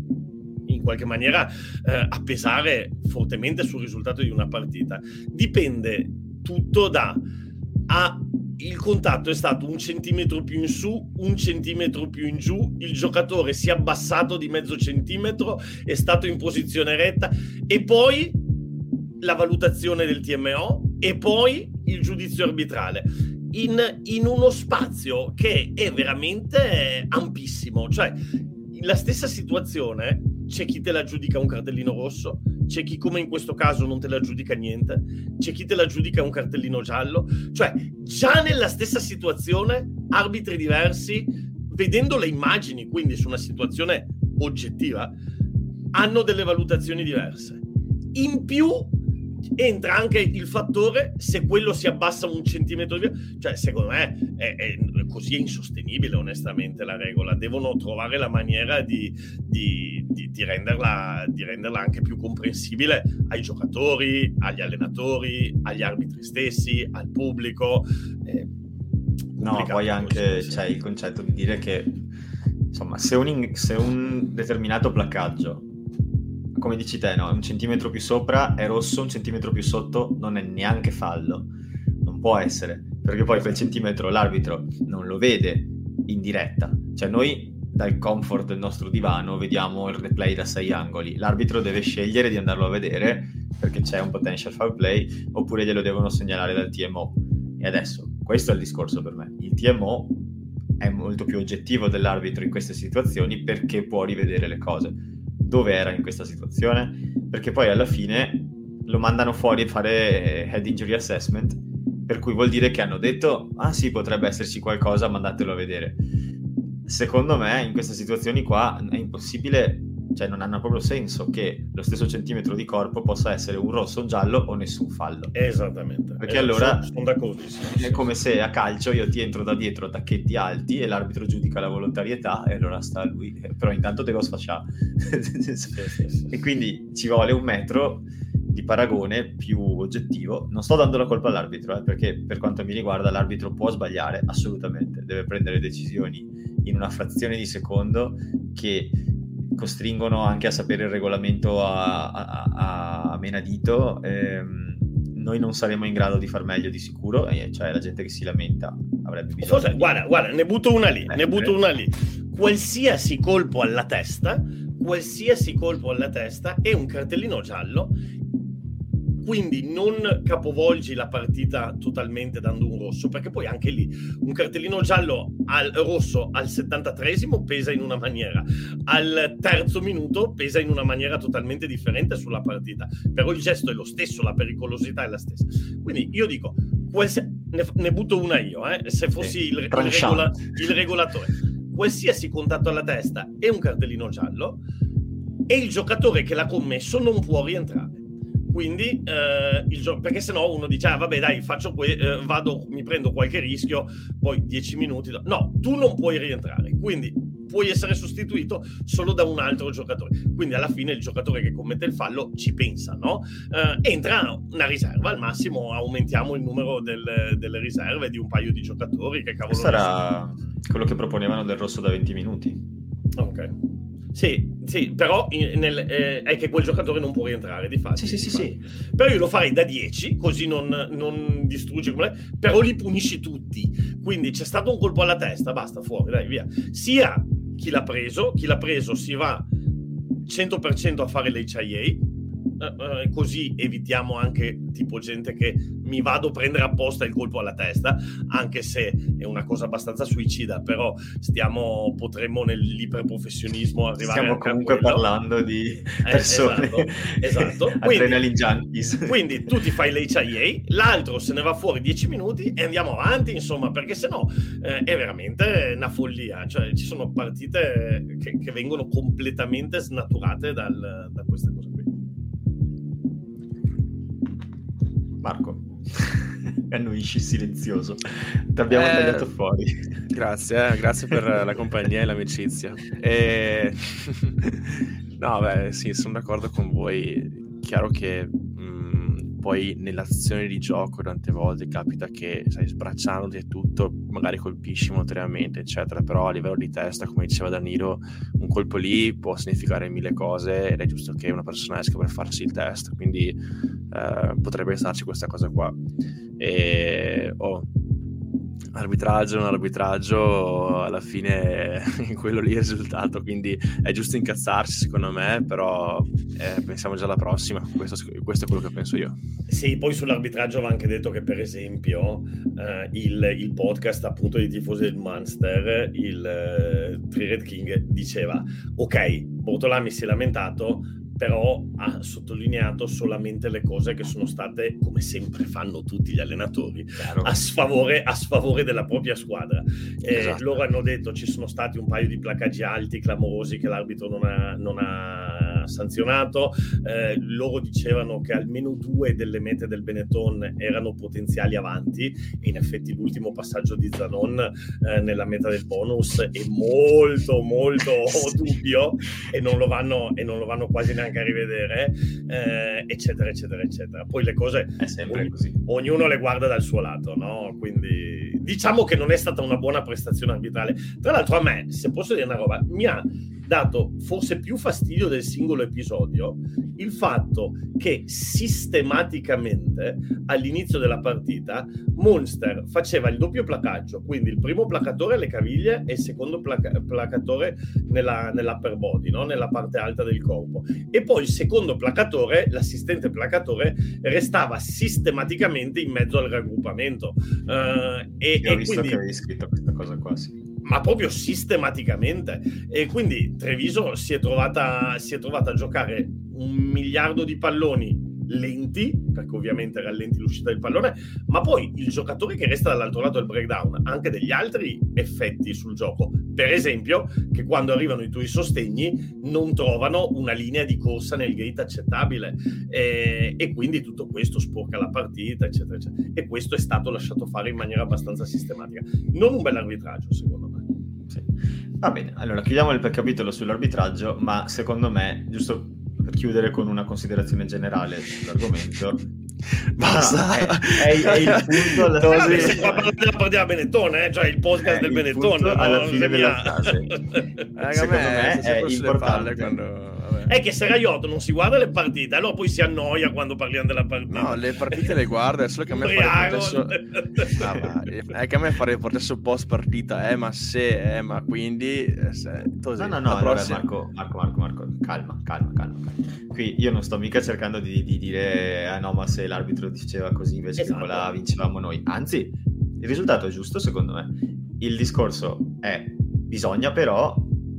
in qualche maniera eh, a pesare fortemente sul risultato di una partita, dipende tutto da a, il contatto è stato un centimetro più in su, un centimetro più in giù, il giocatore si è abbassato di mezzo centimetro, è stato in posizione retta, e poi la valutazione del T M O e poi il giudizio arbitrale in, in uno spazio che è veramente ampissimo. Cioè, in la stessa situazione c'è chi te la giudica un cartellino rosso, c'è chi come in questo caso non te la giudica niente, c'è chi te la giudica un cartellino giallo. Cioè già nella stessa situazione arbitri diversi, vedendo le immagini, quindi su una situazione oggettiva, hanno delle valutazioni diverse. In più entra anche il fattore se quello si abbassa un centimetro di più. Cioè secondo me è, è così è insostenibile onestamente la regola, devono trovare la maniera di, di, di, di, renderla, di renderla anche più comprensibile ai giocatori, agli allenatori, agli arbitri stessi, al pubblico. È no, poi anche c'è il concetto di dire che insomma se un, se un determinato placcaggio, come dici te, no, un centimetro più sopra è rosso, un centimetro più sotto non è neanche fallo, non può essere, perché poi quel centimetro l'arbitro non lo vede, in diretta. Cioè noi dal comfort del nostro divano vediamo il replay da sei angoli, l'arbitro deve scegliere di andarlo a vedere perché c'è un potential foul play oppure glielo devono segnalare dal T M O. E adesso questo è il discorso per me, il T M O è molto più oggettivo dell'arbitro in queste situazioni perché può rivedere le cose. Dove era in questa situazione? Perché poi alla fine lo mandano fuori a fare head injury assessment, per cui vuol dire che hanno detto ah sì, potrebbe esserci qualcosa, mandatelo a vedere. Secondo me in queste situazioni qua è impossibile, cioè non hanno proprio senso che lo stesso centimetro di corpo possa essere un rosso, un giallo o nessun fallo. Esattamente. Perché eh, allora sono, sono d'accordissimo. È come se a calcio io ti entro da dietro a tacchetti alti e l'arbitro giudica la volontarietà e allora sta lui, però intanto te lo sfascia. E quindi ci vuole un metro di paragone più oggettivo. Non sto dando la colpa all'arbitro, eh, perché per quanto mi riguarda l'arbitro può sbagliare, assolutamente, deve prendere decisioni in una frazione di secondo che costringono anche a sapere il regolamento a, a, a menadito. Ehm, noi non saremo in grado di far meglio di sicuro, e cioè la gente che si lamenta avrebbe bisogno. Forse, di... guarda, guarda, ne butto una lì, eh, ne butto una lì. Qualsiasi colpo alla testa, qualsiasi colpo alla testa è un cartellino giallo. Quindi non capovolgi la partita totalmente dando un rosso, perché poi anche lì un cartellino giallo al rosso al settantatreesimo pesa in una maniera, al terzo minuto pesa in una maniera totalmente differente sulla partita, però il gesto è lo stesso, la pericolosità è la stessa. Quindi io dico, qualsi... ne, ne butto una io, eh, se fossi il, il, regola... il regolatore, qualsiasi contatto alla testa è un cartellino giallo e il giocatore che l'ha commesso non può rientrare. Quindi eh, il gio- perché sennò uno dice ah vabbè dai faccio que- eh, vado, mi prendo qualche rischio, poi dieci minuti do- no, tu non puoi rientrare, quindi puoi essere sostituito solo da un altro giocatore. Quindi alla fine il giocatore che commette il fallo ci pensa, no? Eh, entra una riserva, al massimo aumentiamo il numero del, delle riserve di un paio di giocatori. Che cavolo. Questo era quello che proponevano del rosso da venti minuti. Ok. Sì, sì, però in, nel, eh, è che quel giocatore non può rientrare, di fatto. Sì, sì, sì, sì. Però io lo farei da dieci, così non, non distruggi come... Però li punisci tutti. Quindi c'è stato un colpo alla testa, basta, fuori, dai, via. Sia chi l'ha preso, chi l'ha preso si va cento per cento a fare l'H I A, Uh, così evitiamo anche tipo gente che mi vado a prendere apposta il colpo alla testa, anche se è una cosa abbastanza suicida, però stiamo potremmo nell'iperprofessionismo arrivare. Stiamo comunque parlando di persone eh, esatto, esatto. Adrenaline junkies. Quindi tu ti fai l'H I A, l'altro se ne va fuori dieci minuti e andiamo avanti, insomma, perché sennò eh, è veramente una follia, cioè ci sono partite che, che vengono completamente snaturate dal, da queste cose qui. Marco, annuisci silenzioso, ti abbiamo eh, tagliato fuori. Grazie, eh, grazie per la compagnia e l'amicizia. E... no, beh, sì, sono d'accordo con voi. Chiaro che mh, poi nell'azione di gioco tante volte capita che, sai, sbracciandoti e tutto, magari colpisci momentaneamente, eccetera, però a livello di testa, come diceva Danilo, un colpo lì può significare mille cose ed è giusto che una persona esca per farsi il test, quindi Uh, potrebbe starci questa cosa qua. E oh, arbitraggio non arbitraggio, alla fine quello lì è il risultato, quindi è giusto incazzarsi secondo me, però eh, pensiamo già alla prossima. Questo, questo è quello che penso io. Sì, poi sull'arbitraggio va anche detto che per esempio uh, il, il podcast appunto dei tifosi del Munster, il uh, Three Red King, diceva ok, Bortolami si è lamentato, però ha sottolineato solamente le cose che sono state, come sempre fanno tutti gli allenatori, a sfavore, a sfavore della propria squadra. Eh, esatto. Loro hanno detto ci sono stati un paio di placaggi alti, clamorosi, che l'arbitro non ha, non ha sanzionato. Eh, loro dicevano che almeno due delle mete del Benetton erano potenziali avanti, e in effetti l'ultimo passaggio di Zanon eh, nella meta del bonus è molto, molto dubbio, e non lo vanno, e non lo vanno quasi neanche a rivedere, eh, eccetera eccetera eccetera. Poi le cose è sempre ogni, così, ognuno le guarda dal suo lato, no? Quindi diciamo che non è stata una buona prestazione arbitrale. Tra l'altro a me, se posso dire una roba, mi ha dato forse più fastidio del singolo episodio il fatto che sistematicamente all'inizio della partita Munster faceva il doppio placaggio, quindi il primo placatore alle caviglie e il secondo placa- placatore nella, nell'upper body, no? Nella parte alta del corpo, e poi il secondo placatore, l'assistente placatore, restava sistematicamente in mezzo al raggruppamento. Uh, e, Io ho e visto quindi... che avevi scritto questa cosa qua, sì. ma proprio sistematicamente, e quindi Treviso si è trovata si è trovata a giocare un miliardo di palloni lenti, perché ovviamente rallenti l'uscita del pallone, ma poi il giocatore che resta dall'altro lato del breakdown ha anche degli altri effetti sul gioco, per esempio che quando arrivano i tuoi sostegni non trovano una linea di corsa nel gate accettabile, e, e quindi tutto questo sporca la partita, eccetera, eccetera, e questo è stato lasciato fare in maniera abbastanza sistematica. Non un bel arbitraggio, secondo me. Sì. Va bene, allora chiudiamo il capitolo sull'arbitraggio, ma secondo me, giusto per chiudere con una considerazione generale sull'argomento, basta, no, è, è, è il punto alla no, fine se qua parliamo della Benetton, eh? Cioè il podcast del Benetton, no? alla fine della mia... frase. Raga, secondo me, me è importante quando... è che se Raiotto non si guarda le partite, allora poi si annoia quando parliamo della partita. No, le partite le guarda, è solo che a me fare il processo... no, è che a me fare il processo post partita, eh ma se, eh ma quindi se... no no no, allora, Marco, Marco Marco Marco calma calma calma qui io non sto mica cercando di, di dire ah no, ma se l'arbitro diceva così invece esatto. che quella vincevamo noi, anzi il risultato è giusto secondo me. Il discorso è bisogna però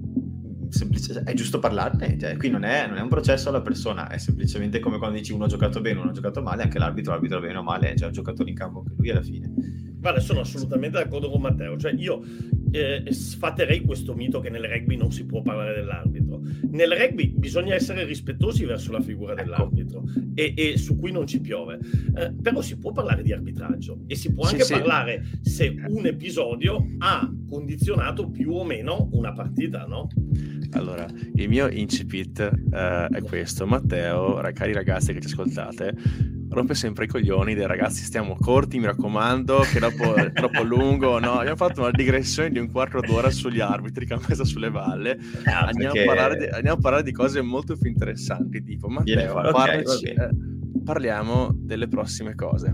semplice, è giusto parlarne, cioè, qui non è, non è un processo alla persona, è semplicemente come quando dici uno ha giocato bene, uno ha giocato male, anche l'arbitro arbitra bene o male, cioè, ha giocato in campo anche lui alla fine. Guarda, sono assolutamente d'accordo con Matteo, cioè io eh, sfatterei questo mito che nel rugby non si può parlare dell'arbitro. Nel rugby bisogna essere rispettosi verso la figura dell'arbitro e, e su cui non ci piove, eh, però si può parlare di arbitraggio e si può anche sì, parlare sì. se un episodio ha condizionato più o meno una partita, no? Allora, il mio incipit eh, è questo. Matteo, cari ragazzi che ci ascoltate, rompe sempre i coglioni dei ragazzi, stiamo corti, mi raccomando, che dopo è troppo lungo, no? Abbiamo fatto una digressione di un quarto d'ora sugli arbitri che hanno messo sulle balle, ah, andiamo, perché... a parlare di, andiamo a parlare di cose molto più interessanti, tipo Matteo, okay, parlaci, eh, parliamo delle prossime cose.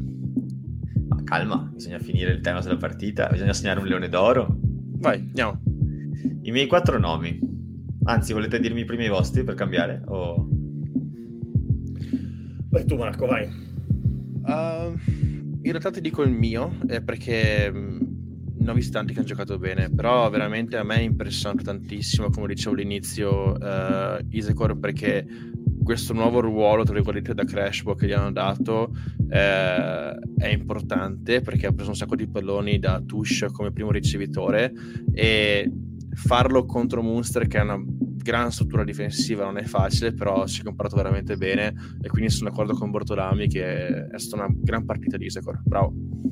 Ma calma, bisogna finire il tema della partita, bisogna segnare un leone d'oro. Vai, andiamo. I miei quattro nomi, anzi volete dirmi prima i vostri per cambiare? O... Vai tu Marco, vai. Uh, in realtà ti dico il mio, eh, perché mh, ne ho visti tanti che hanno giocato bene, però veramente a me è impressionato tantissimo, come dicevo all'inizio, uh, Isecor, perché questo nuovo ruolo, tra virgolette, da Crashball che gli hanno dato eh, è importante, perché ha preso un sacco di palloni da Tush come primo ricevitore, e farlo contro Munster, che ha una gran struttura difensiva, non è facile, però si è comparato veramente bene, e quindi sono d'accordo con Bortolami che è stata una gran partita di Isecor. Bravo.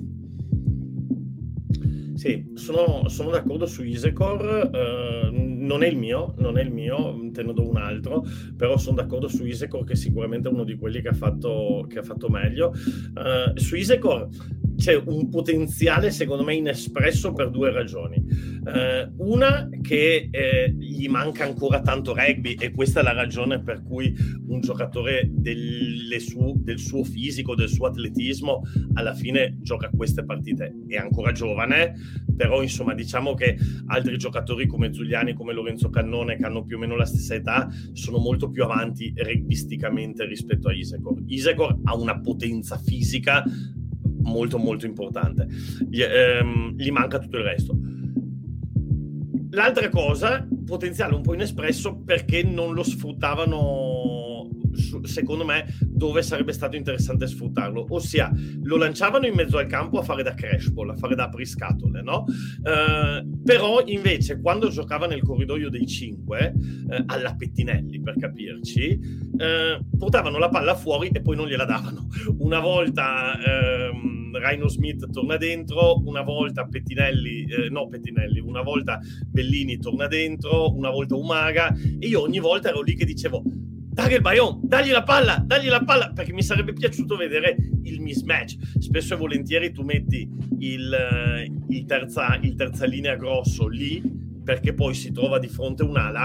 Sì, sono, sono d'accordo su Isecor, eh, non è il mio, non è il mio, te ne do un altro, però sono d'accordo su Isecor, che sicuramente è uno di quelli che ha fatto, che ha fatto meglio. Eh, su Isecor c'è un potenziale secondo me inespresso per due ragioni. Eh, una, che eh, gli manca ancora tanto rugby, e questa è la ragione per cui un giocatore delle su, del suo fisico, del suo atletismo alla fine gioca queste partite. È ancora giovane, però insomma diciamo che altri giocatori come Giuliani, come Lorenzo Cannone, che hanno più o meno la stessa età, sono molto più avanti rugbisticamente rispetto a Isecor. Isecor ha una potenza fisica molto molto importante, gli, ehm, gli manca tutto il resto. L'altra cosa, potenziale un po' inespresso, perché non lo sfruttavano secondo me dove sarebbe stato interessante sfruttarlo, ossia lo lanciavano in mezzo al campo a fare da crash ball, a fare da apriscatole, no? Eh, però invece quando giocava nel corridoio dei cinque, eh, alla Pettinelli per capirci, eh, portavano la palla fuori e poi non gliela davano. Una volta ehm, Rhino Smith torna dentro, una volta Pettinelli, eh, no Pettinelli, una volta Bellini torna dentro, una volta Umaga, e io ogni volta ero lì che dicevo: dagli il Bayon, dagli la palla, dagli la palla, perché mi sarebbe piaciuto vedere il mismatch. Spesso e volentieri tu metti il, il, terza, il terza linea grosso lì, perché poi si trova di fronte un'ala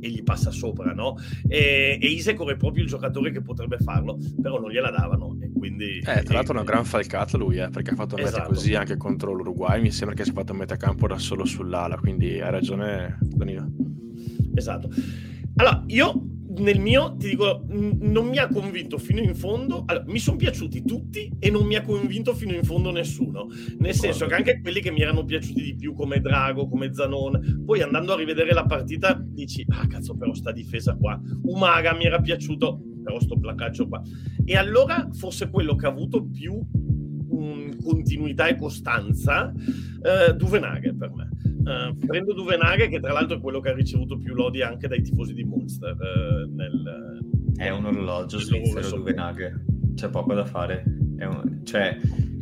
e gli passa sopra, no? E, e Isegor è proprio il giocatore che potrebbe farlo, però non gliela davano e quindi... Eh, tra l'altro è una gran falcata lui, eh, perché ha fatto un Esatto. meta così anche contro l'Uruguay, mi sembra che si è fatto un metacampo da solo sull'ala, quindi hai ragione Danilo. Esatto. Allora, io nel mio, ti dico, n- non mi ha convinto fino in fondo. Allora, mi sono piaciuti tutti e non mi ha convinto fino in fondo nessuno. Nel senso che anche quelli che mi erano piaciuti di più, come Drago, come Zanon, poi andando a rivedere la partita dici, ah cazzo, però sta difesa qua. Umaga mi era piaciuto, però sto placaggio qua. E allora forse quello che ha avuto più um, continuità e costanza, uh, Duvenaghe per me. Uh, prendo Duvenaghe, che tra l'altro è quello che ha ricevuto più lodi anche dai tifosi di Monster, uh, nel, è un orologio svizzero Duvenaghe, c'è poco da fare, è, un, cioè,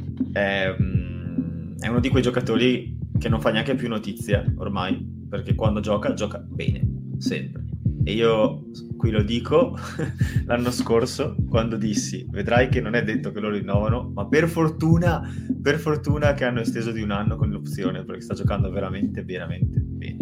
è, um, è uno di quei giocatori che non fa neanche più notizia ormai, perché quando gioca gioca bene, sempre. E io qui lo dico l'anno scorso quando dissi vedrai che non è detto che lo rinnovano, ma per fortuna per fortuna che hanno esteso di un anno con l'opzione, perché sta giocando veramente veramente bene.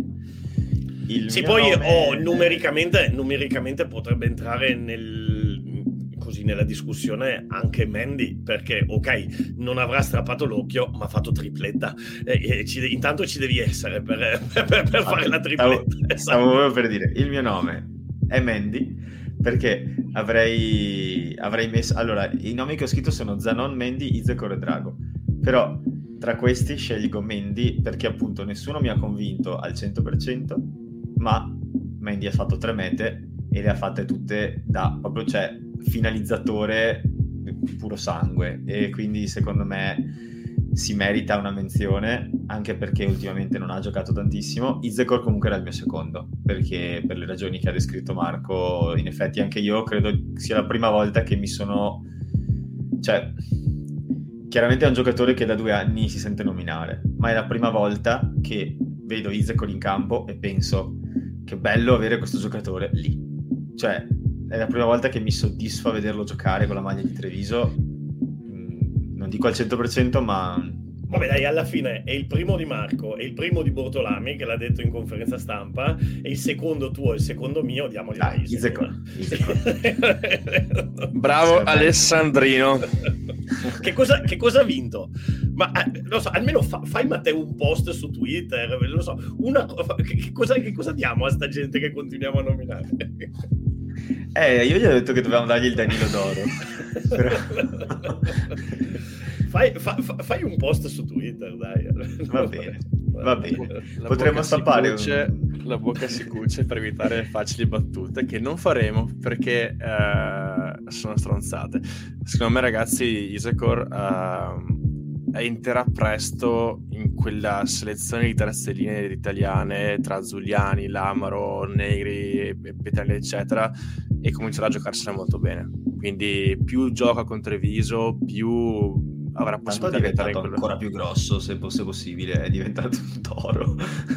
Il sì, poi oh, è... numericamente numericamente potrebbe entrare nel così nella discussione anche Mendy, perché ok, non avrà strappato l'occhio ma ha fatto tripletta e, e ci, intanto ci devi essere per, per, per ah, fare la tripletta. Stavo, stavo proprio per dire il mio nome è Mendy, perché avrei avrei messo, allora i nomi che ho scritto sono Zanon, Mendy, Isegor e Drago, però tra questi scelgo Mendy perché appunto nessuno mi ha convinto al cento per cento, ma Mendy ha fatto tre mete e le ha fatte tutte da proprio, cioè, finalizzatore puro sangue, e quindi secondo me si merita una menzione, anche perché ultimamente non ha giocato tantissimo. Isegor comunque era il mio secondo, perché per le ragioni che ha descritto Marco, in effetti anche io credo sia la prima volta che mi sono, cioè chiaramente è un giocatore che da due anni si sente nominare, ma è la prima volta che vedo Isegor in campo e penso che bello avere questo giocatore lì, cioè è la prima volta che mi soddisfa vederlo giocare con la maglia di Treviso, non dico al cento per cento, ma... Vabbè dai, alla fine è il primo di Marco, è il primo di Bortolami, che l'ha detto in conferenza stampa, e il secondo tuo e il secondo mio, diamogli a Isegor. Bravo Alessandrino. Che cosa, che cosa ha vinto? Ma eh, lo so, almeno fa, fai Matteo un post su Twitter, lo so, una, che, che, cosa, che cosa diamo a sta gente che continuiamo a nominare? Eh, io gli ho detto che dovevamo dargli il Danilo d'oro. Però... fai, fa, fai un post su Twitter, dai. Va bene, va bene. La Potremmo stappare cuce, un... la bocca si cuce per evitare facili battute, che non faremo perché eh, sono stronzate. Secondo me, ragazzi, Isegor eh, è intrapresto in quella selezione di terze linee italiane tra Zuliani, Lamaro, Negri, Petani eccetera, e comincerà a giocarsela molto bene. Quindi più gioca con Treviso, più avrà possibilità di diventare quello... ancora più grosso, se fosse possibile, è diventato un toro.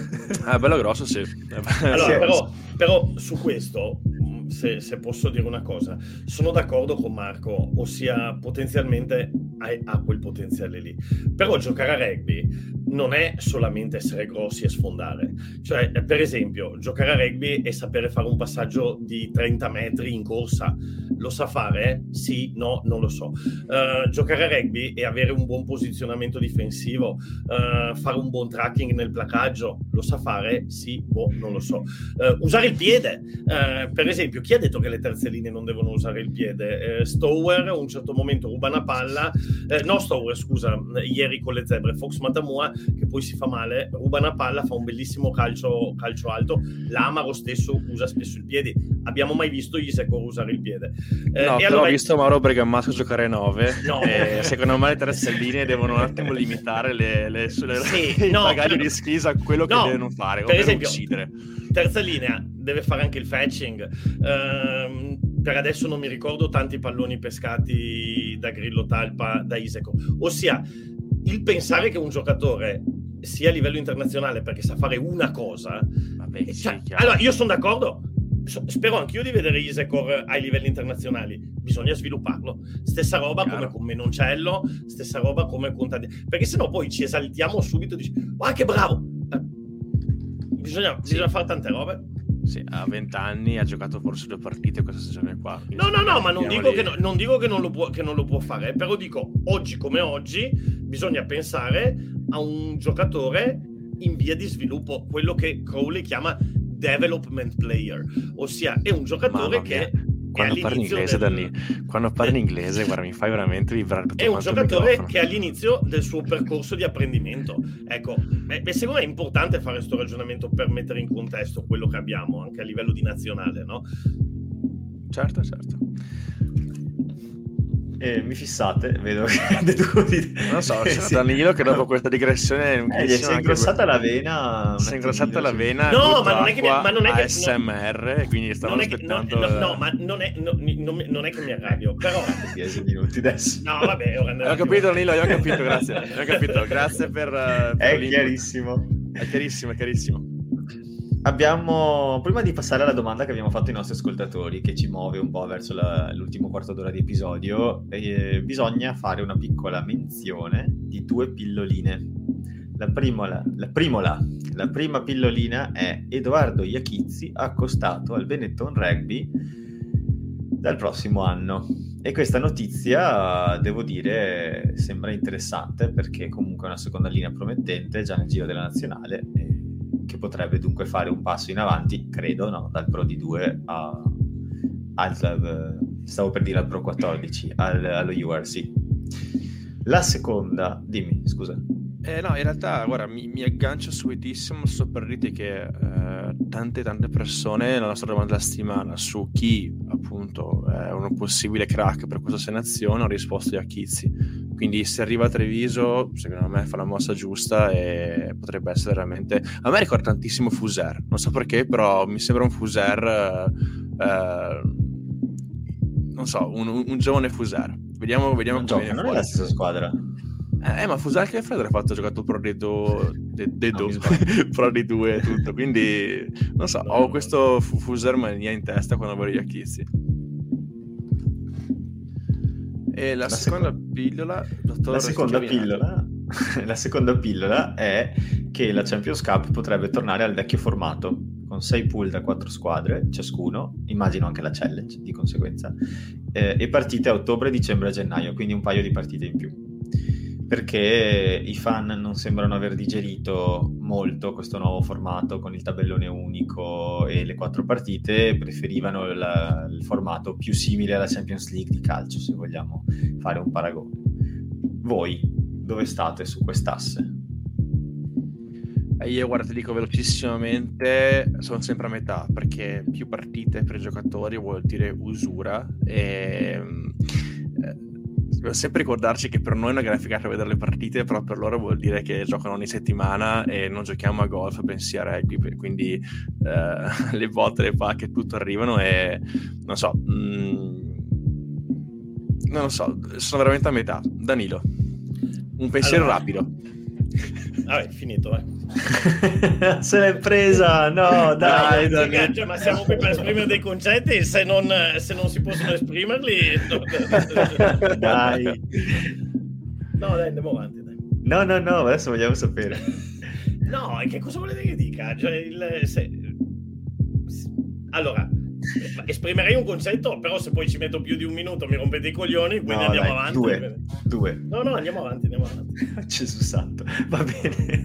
È bello grosso, sì. Allora, sì, però, però su questo, se, se posso dire una cosa, sono d'accordo con Marco, ossia potenzialmente ha, ha quel potenziale lì, però giocare a rugby non è solamente essere grossi e sfondare, cioè per esempio giocare a rugby è sapere fare un passaggio di trenta metri in corsa, lo sa fare? Sì, no, non lo so. Uh, giocare a rugby è avere un buon posizionamento difensivo, uh, fare un buon tracking nel placaggio, lo sa fare? Sì, boh, non lo so. Uh, usare il piede, uh, per esempio, chi ha detto che le terze linee non devono usare il piede? Uh, Stower a un certo momento ruba una palla, uh, no Stower scusa, ieri con le zebre, Fox Matamua, che poi si fa male, ruba una palla, fa un bellissimo calcio, calcio alto. L'Amaro stesso usa spesso il piede. Abbiamo mai visto Isegor usare il piede? Eh, no, e però allora... ho visto Mauro Bergamasco giocare a nove, no. E secondo me le terze linee devono un attimo limitare le, le, le, sì, il no, bagaglio per... di schisa a quello che no, devono fare, per esempio, uccidere. Terza linea deve fare anche il fetching. Ehm, per adesso non mi ricordo tanti palloni pescati da Grillo Talpa, da Isegor. Ossia, il pensare che un giocatore sia a livello internazionale perché sa fare una cosa, vabbè, sì, cioè, allora io sono d'accordo, spero anch'io di vedere Isegor ai livelli internazionali, bisogna svilupparlo, stessa roba Chiaro. Come con Menoncello, stessa roba come con tanti, perché sennò poi ci esaltiamo subito e dici ah che bravo, eh, bisogna, sì. bisogna fare tante robe. Sì, a venti anni ha giocato forse due partite questa stagione qua. No, no, no, ma non dico, di... che, no, non dico che, non lo può, che non lo può fare, però dico, oggi come oggi bisogna pensare a un giocatore in via di sviluppo, quello che Crowley chiama development player, ossia è un giocatore che... Quando parli inglese, del... Danny, quando parli inglese, guarda, mi fai veramente vibrare tutto. È un giocatore che è all'inizio del suo percorso di apprendimento. Ecco, beh, secondo me è importante fare questo ragionamento per mettere in contesto quello che abbiamo anche a livello di nazionale, no? Certo, certo. Eh, mi fissate, vedo che tu di... non so, sì. Danilo che dopo questa digressione eh, gli si è ingrossata la vena, si è ingrossata la vena, no, ma non è che mi, ma non è che A S M R, no, quindi stavo aspettando non, no, no, ma non è, no, non, non è che mi arrabbio, però dieci minuti adesso. No, vabbè, ora ho capito Danilo, ho capito, grazie. Ho capito, grazie per, per è l'input. chiarissimo. È chiarissimo, è chiarissimo. Abbiamo, prima di passare alla domanda che abbiamo fatto ai nostri ascoltatori, che ci muove un po' verso la, l'ultimo quarto d'ora di episodio, eh, bisogna fare una piccola menzione di due pilloline. La primola, la primola, la prima pillolina è Edoardo Iachizzi accostato al Benetton Rugby dal prossimo anno. E questa notizia, devo dire, sembra interessante perché comunque è una seconda linea promettente già nel giro della nazionale, e che potrebbe dunque fare un passo in avanti, credo, no? Dal Pro D due a, al, stavo per dire al Pro quattordici, al, allo U R C. La seconda, dimmi, scusa. Eh, no, in realtà, guarda, mi, mi aggancio subitissimo, sto per dirti che eh, tante tante persone nella nostra domanda della settimana su chi appunto è un possibile crack per questa selezione hanno risposto Iachizzi. Quindi se arriva a Treviso, secondo me fa la mossa giusta e potrebbe essere veramente... A me ricorda tantissimo Fuser, non so perché, però mi sembra un Fuser, eh, eh, non so, un, un, un giovane Fuser. Vediamo, vediamo non come gioca, viene non fuori. è la stessa squadra. Eh, ma Fuser che Freddo ha fatto, ha giocato Pro D due, de, de no, Pro D due e tutto, quindi non so, no, ho questo Fuser mania in testa quando vedo gli Iachizzi. E la, la seconda seconda pillola, dottor la seconda pillola, la seconda pillola è che la Champions Cup potrebbe tornare al vecchio formato, con sei pool da quattro squadre ciascuno, immagino anche la Challenge di conseguenza, eh, e partite a ottobre, dicembre e gennaio, quindi un paio di partite in più. Perché i fan non sembrano aver digerito molto questo nuovo formato con il tabellone unico e le quattro partite, preferivano la, il formato più simile alla Champions League di calcio, se vogliamo fare un paragone. Voi dove state su quest'asse? Io guarda, ti dico velocissimamente, sono sempre a metà, perché più partite per i giocatori vuol dire usura e... Eh, dobbiamo sempre ricordarci che per noi è una gratificata vedere le partite, però per loro vuol dire che giocano ogni settimana e non giochiamo a golf, bensì a rugby, quindi eh, le botte, le pacche, tutto arrivano e non so, mh, non lo so, sono veramente a metà. Danilo, un pensiero allora, rapido. Vabbè, finito, eh. Se l'è presa, no, dai, dai, dai. Cioè, ma siamo qui per esprimere dei concetti, se non, se non si possono esprimerli, no. Dai. No, dai, andiamo avanti, dai. No, no, no, adesso vogliamo sapere. No, che cosa volete che dica? Cioè, il, se... Allora, esprimerei un concetto, però se poi ci metto più di un minuto mi rompete i coglioni, quindi no, andiamo dai, avanti. Due, due. No, no, andiamo avanti, andiamo avanti. Gesù santo, va bene.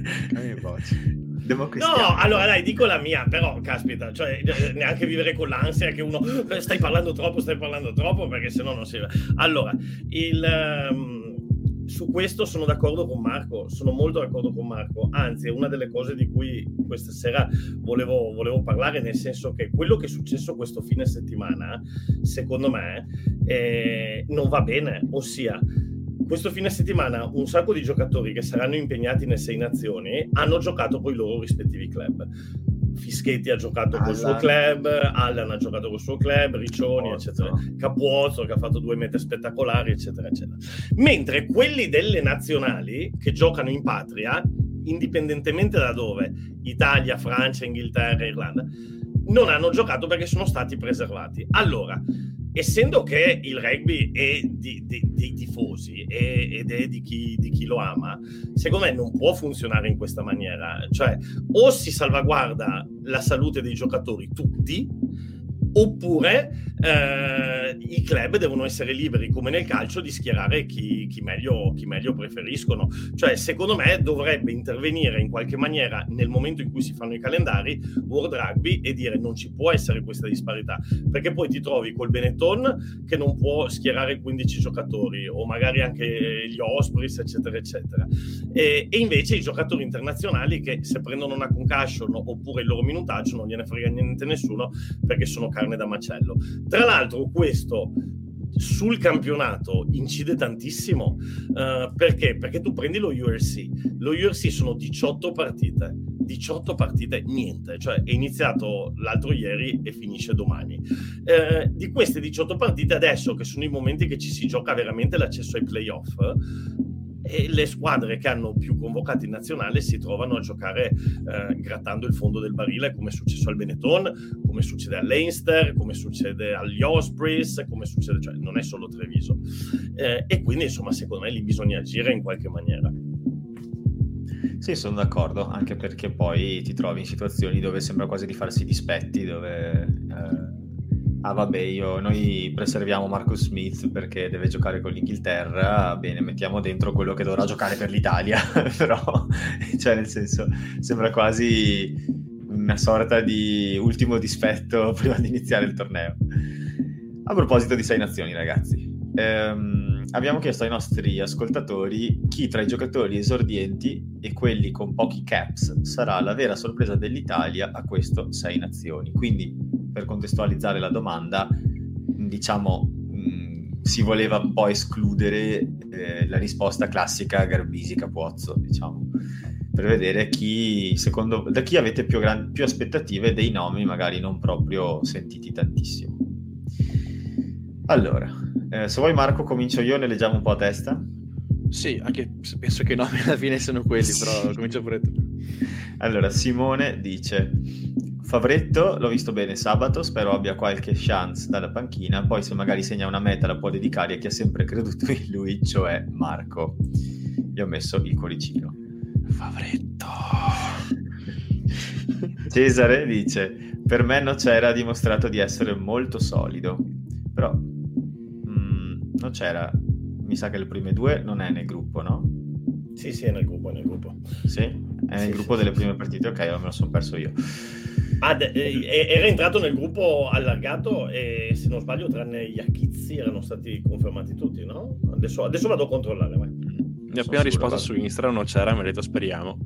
No, allora dai, dico la mia, però caspita, cioè neanche vivere con l'ansia che uno stai parlando troppo, stai parlando troppo, perché sennò non si... Allora, il... Um... su questo sono d'accordo con Marco, sono molto d'accordo con Marco, anzi è una delle cose di cui questa sera volevo, volevo parlare, nel senso che quello che è successo questo fine settimana, secondo me, eh, non va bene, ossia questo fine settimana un sacco di giocatori che saranno impegnati nelle Sei Nazioni hanno giocato con i loro rispettivi club. Fischetti ha giocato Allan. col suo club, Allan ha giocato col suo club, Riccioni, Capuozzo. eccetera. Capuozzo che ha fatto due mete spettacolari, eccetera, eccetera. Mentre quelli delle nazionali che giocano in patria, indipendentemente da dove, Italia, Francia, Inghilterra, Irlanda, non hanno giocato perché sono stati preservati. Allora, essendo che il rugby è di, di, di, di tifosi e, ed è di chi, di chi lo ama, secondo me non può funzionare in questa maniera. Cioè, o si salvaguarda la salute dei giocatori tutti, oppure eh, i club devono essere liberi, come nel calcio, di schierare chi, chi, meglio, chi meglio preferiscono. Cioè, secondo me dovrebbe intervenire in qualche maniera nel momento in cui si fanno i calendari World Rugby e dire non ci può essere questa disparità, perché poi ti trovi col Benetton che non può schierare quindici giocatori, o magari anche gli Ospreys, eccetera eccetera, e, e invece i giocatori internazionali che se prendono una concussion oppure il loro minutaggio non gliene frega niente nessuno, perché sono carne da macello. Tra l'altro questo sul campionato incide tantissimo, uh, perché? Perché tu prendi lo U R C, lo U R C sono diciotto partite, diciotto partite niente, cioè è iniziato l'altro ieri e finisce domani. Uh, di queste diciotto partite, adesso che sono i momenti che ci si gioca veramente l'accesso ai playoff, e le squadre che hanno più convocati in nazionale si trovano a giocare eh, grattando il fondo del barile, come è successo al Benetton, come succede al Leinster, come succede agli Ospreys, come succede, cioè non è solo Treviso, eh, e quindi insomma secondo me lì bisogna agire in qualche maniera. Sì, sono d'accordo, anche perché poi ti trovi in situazioni dove sembra quasi di farsi dispetti, dove eh, ah vabbè, io, noi preserviamo Marcus Smith perché deve giocare con l'Inghilterra, bene, mettiamo dentro quello che dovrà giocare per l'Italia, però, cioè nel senso, sembra quasi una sorta di ultimo dispetto prima di iniziare il torneo. A proposito di Sei Nazioni, ragazzi, ehm, abbiamo chiesto ai nostri ascoltatori chi tra i giocatori esordienti e quelli con pochi caps sarà la vera sorpresa dell'Italia a questo Sei Nazioni. Quindi, per contestualizzare la domanda, diciamo mh, si voleva un po' escludere eh, la risposta classica Garbisi Capuozzo, diciamo, per vedere chi, secondo, da chi avete più, gran, più aspettative, dei nomi magari non proprio sentiti tantissimo. Allora, eh, se vuoi Marco comincio io, ne leggiamo un po' a testa. Sì, anche penso che i nomi alla fine siano quelli, però comincia pure tu. Allora, Simone dice: Favretto, l'ho visto bene sabato, spero abbia qualche chance dalla panchina, poi se magari segna una meta la può dedicare a chi ha sempre creduto in lui, cioè Marco. Gli ho messo il cuoricino. Favretto. Cesare dice: per me Nocera ha dimostrato di essere molto solido, però mh, Nocera, mi sa che le prime due non è nel gruppo, no? Sì, sì, è nel gruppo, è nel gruppo. Sì? È nel sì, gruppo sì, delle sì. prime partite, ok, me lo sono perso io. Ah, de- era entrato nel gruppo allargato e se non sbaglio tranne Iachizzi erano stati confermati tutti, no? Adesso, adesso vado a controllare, vai. Mi ha appena risposto su Instagram, non c'era, mi ha detto speriamo.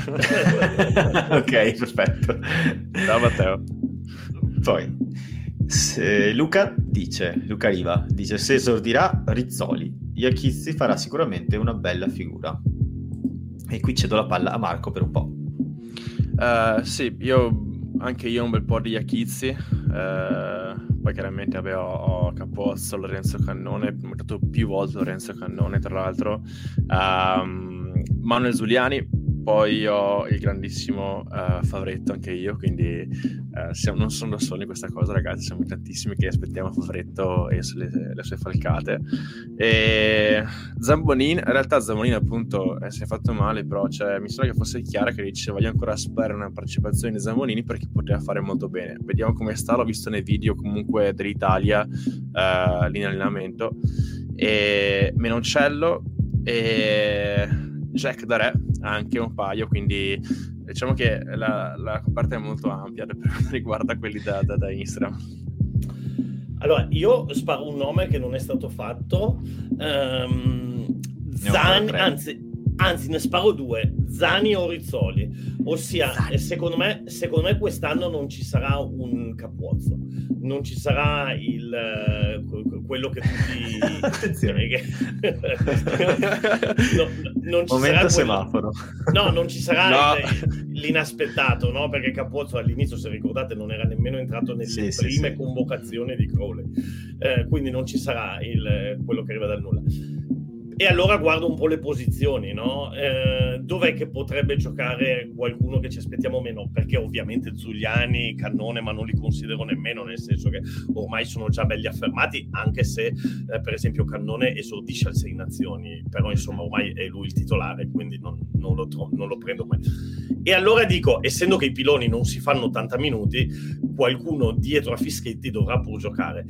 Ok, perfetto. Ciao Matteo. Poi se Luca dice, Luca Riva dice: se esordirà Rizzoli, Iachizzi farà sicuramente una bella figura. E qui cedo la palla a Marco per un po'. Uh, sì, io anche io un bel po' di Iachizzi, uh, poi chiaramente vabbè, ho, ho Capozzo, Lorenzo Cannone, ho mettuto più volte Lorenzo Cannone tra l'altro, um, Manuel Zuliani, poi ho il grandissimo uh, Favretto anche io, quindi uh, siamo, non sono da soli in questa cosa, ragazzi, siamo in tantissimi che aspettiamo Favretto e le, le sue falcate. E Zambonin, in realtà Zambonin appunto eh, si è fatto male, però cioè, mi sembra che fosse Chiara che dice voglio ancora sperare una partecipazione di Zambonin perché poteva fare molto bene. Vediamo come sta, l'ho visto nei video comunque dell'Italia uh, lì in allenamento. E Menoncello e Jack Darè anche un paio, quindi diciamo che la, la coperta è molto ampia per quanto riguarda quelli da, da, da Instagram. Allora, io sparo un nome che non è stato fatto, um, Zani, anzi, anzi ne sparo due, Zani o Rizzoli, ossia Zani. secondo me secondo me quest'anno non ci sarà un Capuozzo, non ci sarà il quello che tutti attenzione che... no, non ci momento sarà semaforo quello... no non ci sarà no. il, l'inaspettato, no? Perché Capozzo all'inizio, se ricordate, non era nemmeno entrato nelle sì, prime sì, convocazioni sì. di Crowley, eh, quindi non ci sarà il, quello che arriva dal nulla. E allora guardo un po' le posizioni, no? Eh, dov'è che potrebbe giocare qualcuno che ci aspettiamo meno? Perché ovviamente Zuliani, Cannone, ma non li considero nemmeno, nel senso che ormai sono già belli affermati, anche se eh, per esempio Cannone esordisce al Sei Nazioni, però insomma ormai è lui il titolare, quindi non, non, lo, tro- non lo prendo mai. E allora dico, essendo che i piloni non si fanno ottanta minuti, qualcuno dietro a Fischetti dovrà pur giocare.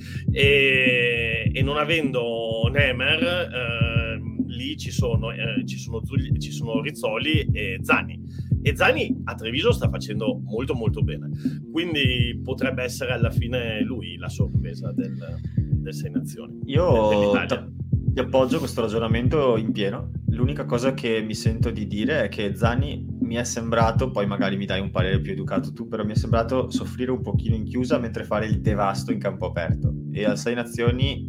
E, e non avendo Nemer... Eh, lì ci sono, eh, ci, sono Zugli, ci sono Rizzoli e Zani, e Zani a Treviso sta facendo molto molto bene, quindi potrebbe essere alla fine lui la sorpresa del, del Sei Nazioni. Io ti appoggio questo ragionamento in pieno. L'unica cosa che mi sento di dire è che Zani mi è sembrato, poi magari mi dai un parere più educato tu, però mi è sembrato soffrire un pochino in chiusa mentre fare il devasto in campo aperto, e al Sei Nazioni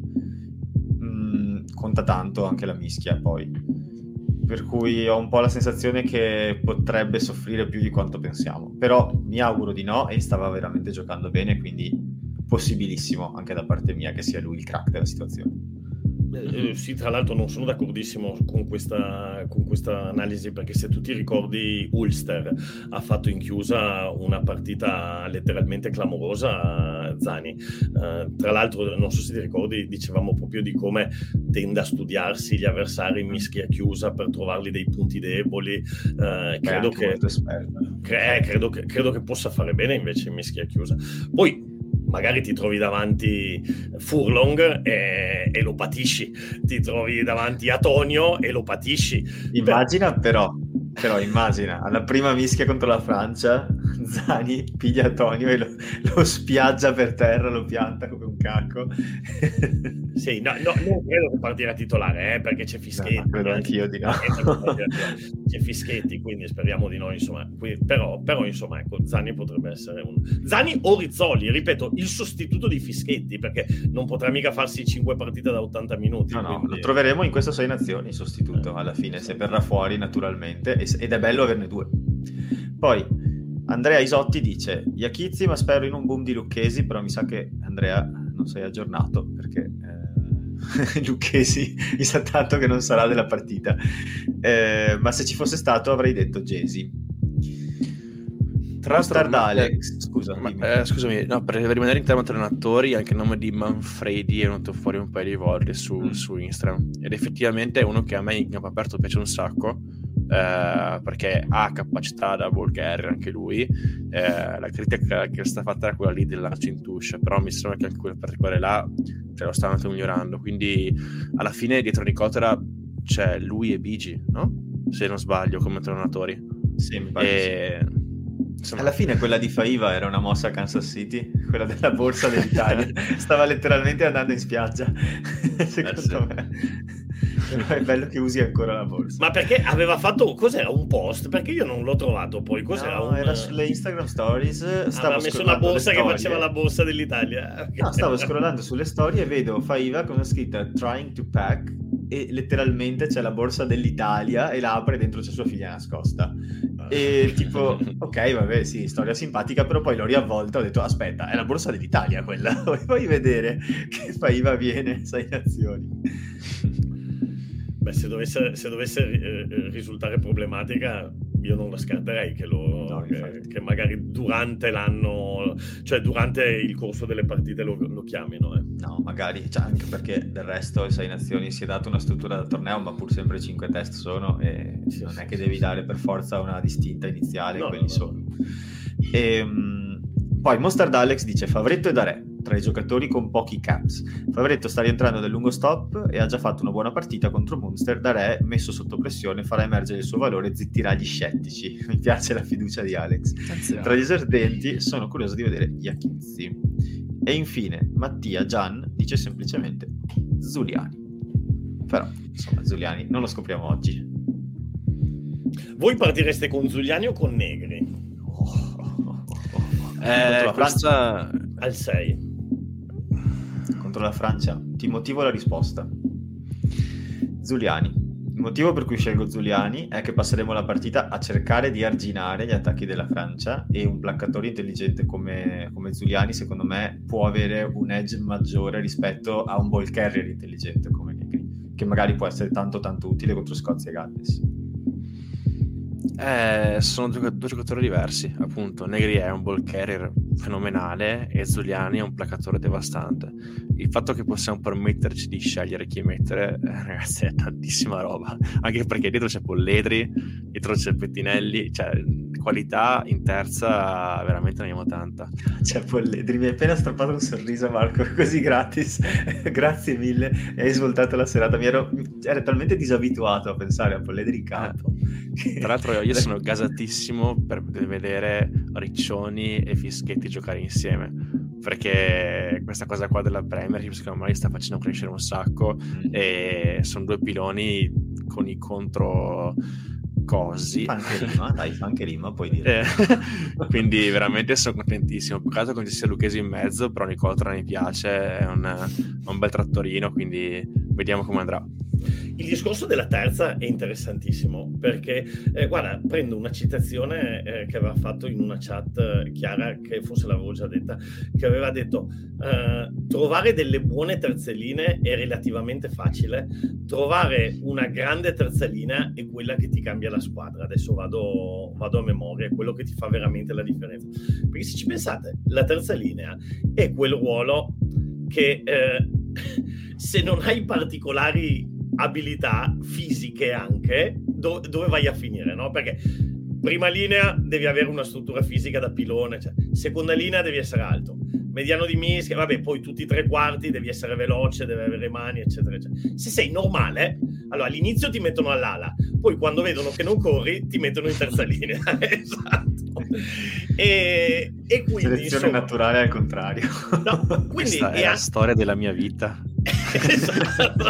conta tanto anche la mischia poi, per cui ho un po' la sensazione che potrebbe soffrire più di quanto pensiamo, però mi auguro di no, e stava veramente giocando bene, quindi possibilissimo anche da parte mia che sia lui il crack della situazione. Eh, sì, tra l'altro non sono d'accordissimo con questa, con questa analisi, perché se tu ti ricordi Ulster ha fatto in chiusa una partita letteralmente clamorosa, Zani. Eh, tra l'altro non so se ti ricordi, dicevamo proprio di come tende a studiarsi gli avversari in mischia chiusa per trovarli dei punti deboli. Eh, credo, che, cre- credo, che, credo che possa fare bene invece in mischia chiusa. Poi magari ti trovi davanti Furlong e, e lo patisci, ti trovi davanti Atonio e lo patisci. Immagina però, però immagina, alla prima mischia contro la Francia, Zani piglia Atonio e lo, lo spiaggia per terra, lo pianta come un cacco. Sì, no, no, non credo che partirà titolare, eh, perché c'è Fischetti. No, credo anch'io di no. C'è Fischetti, quindi speriamo di no, insomma. Quindi, però, però, insomma, ecco, Zani potrebbe essere un... Zani o Rizzoli, ripeto, il sostituto di Fischetti, perché non potrà mica farsi cinque partite da ottanta minuti. No, no, quindi... lo troveremo in questa Sei Nazioni, il sostituto, alla fine, se verrà fuori naturalmente, ed è bello averne due. Poi, Andrea Isotti dice, Iachizzi, ma spero in un boom di Lucchesi, però mi sa che, Andrea, non sei aggiornato, perché... Eh... Lucchesi mi sa tanto che non sarà della partita, eh, ma se ci fosse stato avrei detto Gesi. Tra l'altro Alex, scusa, ma, eh, scusami, no, per rimanere in tema allenatori, anche il nome di Manfredi è venuto fuori un paio di volte su, mm. su Instagram, ed effettivamente è uno che a me in campo aperto piace un sacco, eh, perché ha capacità da ball carrier anche lui. Eh, la critica che sta fatta era quella lì del lancio in touche, però mi sembra che anche quel particolare là ce lo stanno migliorando, quindi alla fine dietro Nicotera c'è lui e Bigi, no? Se non sbaglio, come allenatori. Sì, mi pare e... sì. Insomma... Alla fine quella di Faiva era una mossa a Kansas City, quella della borsa dell'Italia. Stava letteralmente andando in spiaggia, secondo eh sì. me. Però è bello che usi ancora la borsa. Ma perché aveva fatto, cos'era, un post? Perché io non l'ho trovato poi. Cos'era? No, un... era sulle Instagram Stories. Stavo aveva messo una borsa che faceva la borsa dell'Italia. No, stavo scrollando sulle storie e vedo Faiva con una scritta trying to pack, e letteralmente c'è la borsa dell'Italia e la apre, dentro c'è sua figlia nascosta. E tipo, ok, vabbè, sì, storia simpatica, però poi l'ho riavvolta, ho detto aspetta, è la borsa dell'Italia quella. Vuoi vedere che Faiva viene Sei Nazioni? Beh, se dovesse, se dovesse eh, risultare problematica, io non la scarterei che, lo, no, che, che magari durante l'anno, cioè durante il corso delle partite lo, lo chiamino. Eh. No, magari, cioè, anche perché del resto il Sei Nazioni si è dato una struttura da torneo, ma pur sempre cinque test sono, e sì, non sì, è che sì, devi sì. dare per forza una distinta iniziale, no, quelli no, sono. No. E, um, poi Mostard Alex dice Favretto e Darè tra i giocatori con pochi caps. Favretto sta rientrando del lungo stop e ha già fatto una buona partita contro Munster. Darè, messo sotto pressione, farà emergere il suo valore e zittirà gli scettici. Mi piace la fiducia di Alex. Anzi, tra gli esordenti sono curioso di vedere Iachizzi. E infine Mattia Gian dice semplicemente Zuliani. Però insomma Zuliani non lo scopriamo oggi. Voi partireste con Zuliani o con Negri? Oh, oh, oh, oh. Eh, la Francia al sei. Contro la Francia ti motivo la risposta. Zuliani. Il motivo per cui scelgo Zuliani è che passeremo la partita a cercare di arginare gli attacchi della Francia, e un placcatore intelligente come, come Zuliani secondo me può avere un edge maggiore rispetto a un ball carrier intelligente come Negri. che magari può essere tanto tanto utile contro Scozia e Galles? Eh, sono due, due giocatori diversi, appunto. Negri è un ball carrier fenomenale e Zuliani è un placatore devastante. Il fatto che possiamo permetterci di scegliere chi mettere, eh, ragazzi, è tantissima roba, anche perché dietro c'è Polledri, dietro c'è Pettinelli, cioè qualità in terza veramente ne abbiamo tanta. C'è Polledri, mi hai appena strappato un sorriso, Marco, così gratis. Grazie mille, hai svoltato la serata. Mi ero, ero talmente disabituato a pensare a Polledri in campo. Eh. Tra l'altro io sono gasatissimo per vedere Riccioni e Fischetti giocare insieme, perché questa cosa qua della Premiership secondo me li sta facendo crescere un sacco, mm. e sono due piloni con i contro cosi. Fa anche rima, dai, fa anche rima, puoi dire. Eh, quindi veramente sono contentissimo. Peccato che non ci sia Lucchesi in mezzo, però Nicotra mi piace, è un, un bel trattorino, quindi vediamo come andrà. Il discorso della terza è interessantissimo perché, eh, guarda, prendo una citazione eh, che aveva fatto in una chat eh, Chiara, che forse l'avevo già detta, che aveva detto eh, trovare delle buone terzelline è relativamente facile, trovare una grande terzalina è quella che ti cambia la squadra. Adesso vado, vado a memoria, è quello che ti fa veramente la differenza, perché se ci pensate, la terza linea è quel ruolo che eh, se non hai particolari abilità fisiche anche, do- dove vai a finire, no? Perché prima linea devi avere una struttura fisica da pilone, cioè, seconda linea devi essere alto, mediano di mischia, vabbè, poi tutti i tre quarti devi essere veloce, devi avere mani, eccetera, eccetera. Se sei normale, allora all'inizio ti mettono all'ala, poi quando vedono che non corri ti mettono in terza linea. Esatto. E, e quindi selezione insomma, naturale al contrario. No, quindi questa è è la storia della mia vita. Esatto.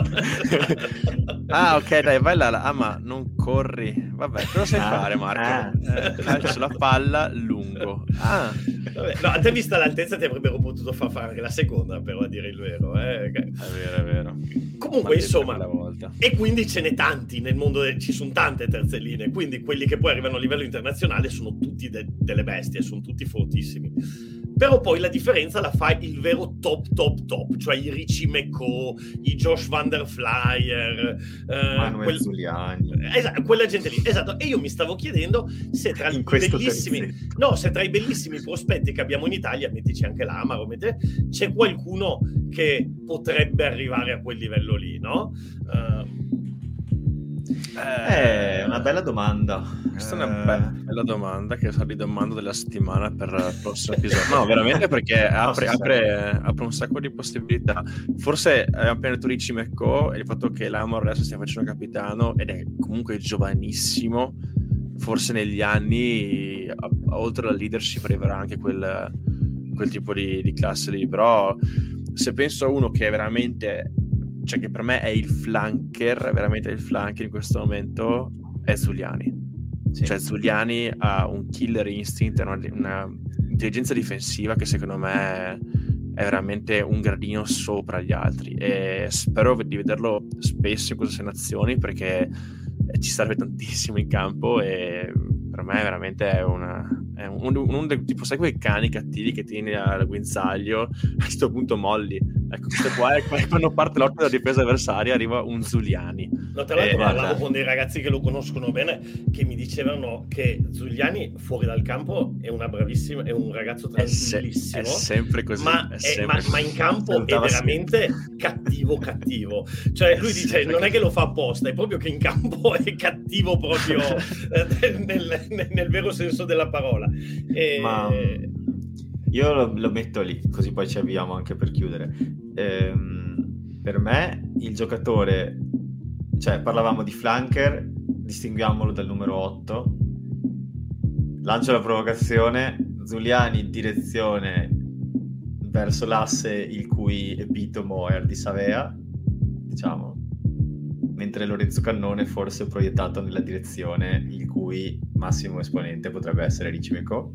Ah, ok, dai, vai là, là. Ah, ma non corri. Vabbè, cosa sai ah, fare, Marco? Ah. Eh, calcio la palla lungo. Ah. Vabbè, no, a te vista l'altezza ti avrebbero potuto far fare anche la seconda, però, a dire il vero. Eh. È vero, è vero. Comunque, insomma, volta. E quindi ce n'è tanti nel mondo, de- ci sono tante terze linee, quindi quelli che poi arrivano a livello internazionale sono tutti de- delle bestie, sono tutti fortissimi. Però poi la differenza la fa il vero top top top, cioè i Richie McCaw, i Josh Van der Flyer, eh, Manuel quel... Zuliani, esatto, quella gente lì, esatto. E io mi stavo chiedendo se tra i bellissimi terzetto. no, se tra i bellissimi prospetti che abbiamo in Italia, mettici anche l'Amaro, metti, c'è qualcuno che potrebbe arrivare a quel livello lì, no? Uh, È una bella domanda. Questa è una bella, bella domanda che sarà di domanda della settimana per il prossimo episodio. No, veramente, perché apre, apre, apre un sacco di possibilità. Forse abbiamo appena detto Richie McCaw e il fatto che l'Amor adesso stia facendo capitano ed è comunque giovanissimo. Forse negli anni, a, a, oltre alla leadership, arriverà anche quel, quel tipo di, di classe lì. Però se penso a uno che è veramente, cioè che per me è il flanker, veramente il flanker in questo momento, è Zuliani. Sì. Cioè Zuliani ha un killer instinct, una, una intelligenza difensiva che secondo me è veramente un gradino sopra gli altri, e spero di vederlo spesso in queste nazioni perché ci serve tantissimo in campo, e per me veramente è una è un, un, un tipo, sai, quei cani cattivi che tieni al guinzaglio, a questo punto molli. Ecco, questo qua è quando parte l'orto della difesa avversaria, arriva un Zuliani. No, tra l'altro eh, parlavo guarda. con dei ragazzi che lo conoscono bene, che mi dicevano che Zuliani fuori dal campo è una bravissima, è un ragazzo tranquillissimo, è, se, è sempre così, ma, è è, sempre ma, così. ma in campo è veramente cattivo cattivo, cioè lui dice non è che lo fa apposta, è proprio che in campo è cattivo proprio nel, nel, nel vero senso della parola. E... ma io lo, lo metto lì, così poi ci avviamo anche per chiudere. Ehm, per me il giocatore, cioè parlavamo di flanker, distinguiamolo dal numero otto. Lancio la provocazione: Zuliani direzione verso l'asse il cui epitomo è Ardisavea, diciamo, mentre Lorenzo Cannone forse proiettato nella direzione il cui massimo esponente potrebbe essere Richie McCaw.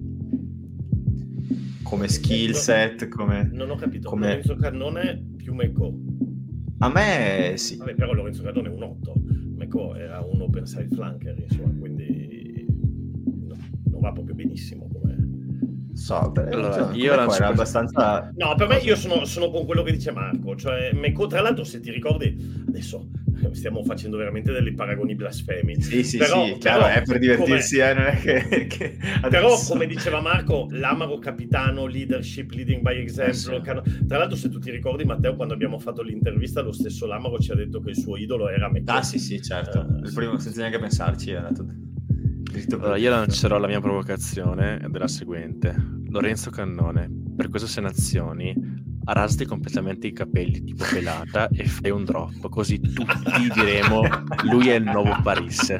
Come skill set, come... Non ho capito, come... Lorenzo Cannone più McCaw. A me sì. Vabbè, però Lorenzo Cannone è un otto, McCaw era un open side flanker, insomma, quindi no, non va proprio benissimo come... So, beh, Allora, cioè, io qua lancio era per- abbastanza... No, per me io sono, sono con quello che dice Marco, cioè Meko, tra l'altro se ti ricordi, adesso stiamo facendo veramente dei paragoni blasfemi. Sì, sì, Però- sì, chiaro, però è per divertirsi, come- eh, non è che... che Però, adesso- come diceva Marco, l'amaro capitano, leadership, leading by example. Eh, sì. cano- Tra l'altro, se tu ti ricordi, Matteo, quando abbiamo fatto l'intervista, lo stesso Lamaro ci ha detto che il suo idolo era Meko. Ah, sì, sì, certo. Eh, il sì. primo, senza neanche pensarci, era tutto... dritto per Allora, io dritto. lancerò la mia provocazione ed è la seguente. Lorenzo Cannone, per queste sei nazioni, rasati completamente i capelli tipo pelata e fai un drop, così tutti diremo lui è il nuovo Parisse.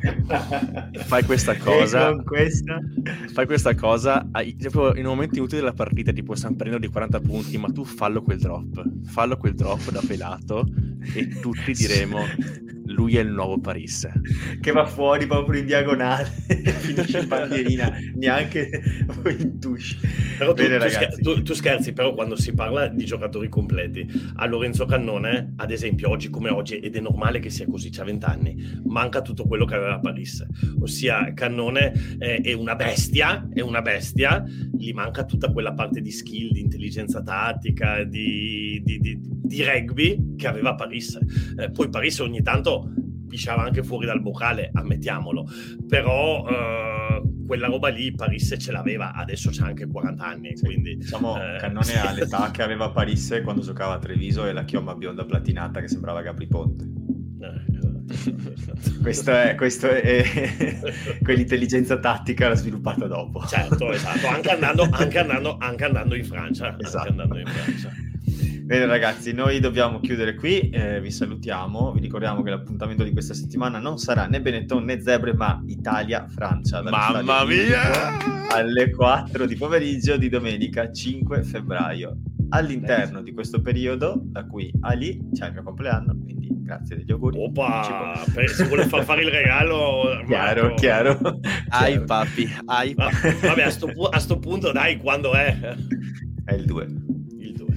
Fai questa cosa, E con questa... fai questa cosa hai- proprio in un momento inutile della partita, tipo San Marino di quaranta punti, ma tu fallo quel drop, fallo quel drop da pelato e tutti diremo lui è il nuovo Parisse. che va fuori proprio in diagonale finisce in bandierina, neanche in touche. Però tu, Bene, tu, ragazzi. scher- tu- tu scherzi, però quando si parla di giocatori completi, a Lorenzo Cannone, ad esempio, oggi come oggi, ed è normale che sia così, c'ha vent'anni, manca tutto quello che aveva a Parisse. Ossia, Cannone è, è una bestia, è una bestia, gli manca tutta quella parte di skill, di intelligenza tattica, di, di, di, di rugby che aveva Parisse. Eh, poi Parisse ogni tanto pisciava anche fuori dal boccale, ammettiamolo, però eh, quella roba lì Parisse ce l'aveva, adesso c'ha anche quaranta anni, Sì, quindi diciamo eh, Cannone sì. ha l'età che aveva Parisse quando giocava a Treviso e la chioma bionda platinata che sembrava Gabri Ponte. Eh, esatto. Questo è, questo è quell'intelligenza tattica l'ha sviluppata dopo. Certo, esatto, anche andando, anche andando, anche andando in Francia, Esatto. anche andando in Francia. Bene ragazzi, noi dobbiamo chiudere qui, eh, vi salutiamo, vi ricordiamo che l'appuntamento di questa settimana non sarà né Benetton né Zebre, ma Italia-Francia dallo Mamma Stadio Olimpico mia! alle quattro di pomeriggio di domenica cinque febbraio. All'interno di questo periodo, da cui Ali c'è il mio compleanno, quindi grazie degli auguri. Opa, per, se vuole far fare il regalo, Chiaro, Marco. chiaro. Ai chiaro. papi, ai Ma- papi. vabbè, a sto, pu- a sto punto, dai, quando è? È il due. Il due.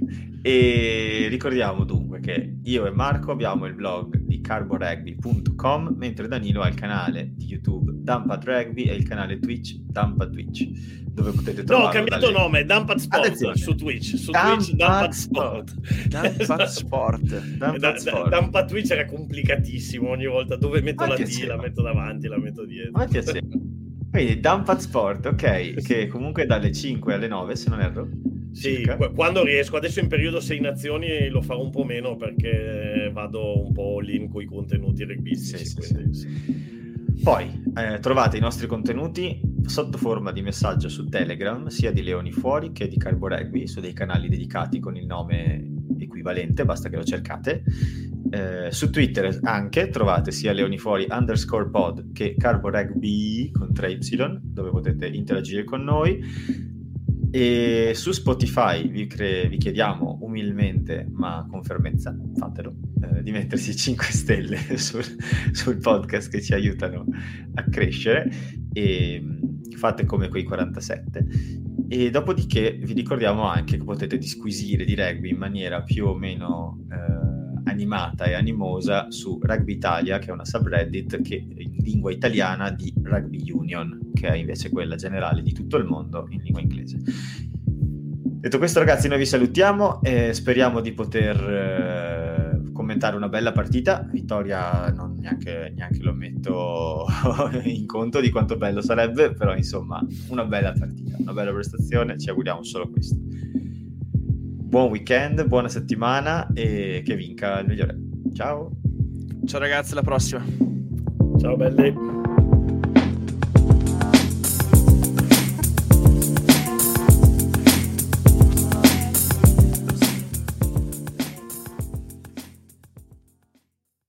E ricordiamo dunque che io e Marco abbiamo il blog di carborugby punto com, mentre Danilo ha il canale di YouTube Dampad Rugby e il canale Twitch Dampad Twitch, dove potete No, trovare ho cambiato nome, Dampad Sport. Attenzione. Su Twitch, su Dampad Twitch Dampad Sport. Sport. Dampad Sport. Dampad Da- da- Sport. Dampad Twitch era complicatissimo ogni volta, dove metto A me la T, piaceva. la metto davanti, la metto dietro. A me piaceva. Quindi Dampad Sport, ok, che comunque dalle cinque alle nove, se non erro. Sì, circa. qu- quando riesco. Adesso in periodo sei nazioni lo farò un po' meno perché vado un po' lì con i contenuti rugbistici. Sì, sì, quindi, sì. sì. Poi eh, trovate i nostri contenuti sotto forma di messaggio su Telegram, sia di Leoni Fuori che di Carbo Rugby, su dei canali dedicati con il nome equivalente, basta che lo cercate. Eh, su Twitter anche trovate sia Leoni Fuori underscore pod che Carbo Rugby con tre Y, dove potete interagire con noi. E su Spotify vi, cre- vi chiediamo umilmente, ma con fermezza, fatelo, eh, di mettersi cinque stelle sul, sul podcast che ci aiutano a crescere, e mh, fate come quei quarantasette. E dopodiché vi ricordiamo anche che potete disquisire di rugby in maniera più o meno eh, animata e animosa su Rugby Italia, che è una subreddit che in lingua italiana di Rugby Union, che è invece quella generale di tutto il mondo in lingua inglese. Detto questo ragazzi, noi vi salutiamo e speriamo di poter eh, commentare una bella partita. Vittoria non neanche, neanche lo metto in conto di quanto bello sarebbe, però insomma una bella partita, una bella prestazione, ci auguriamo solo questo. Buon weekend, buona settimana e che vinca il migliore. Ciao! Ciao ragazzi, alla prossima. Ciao belli.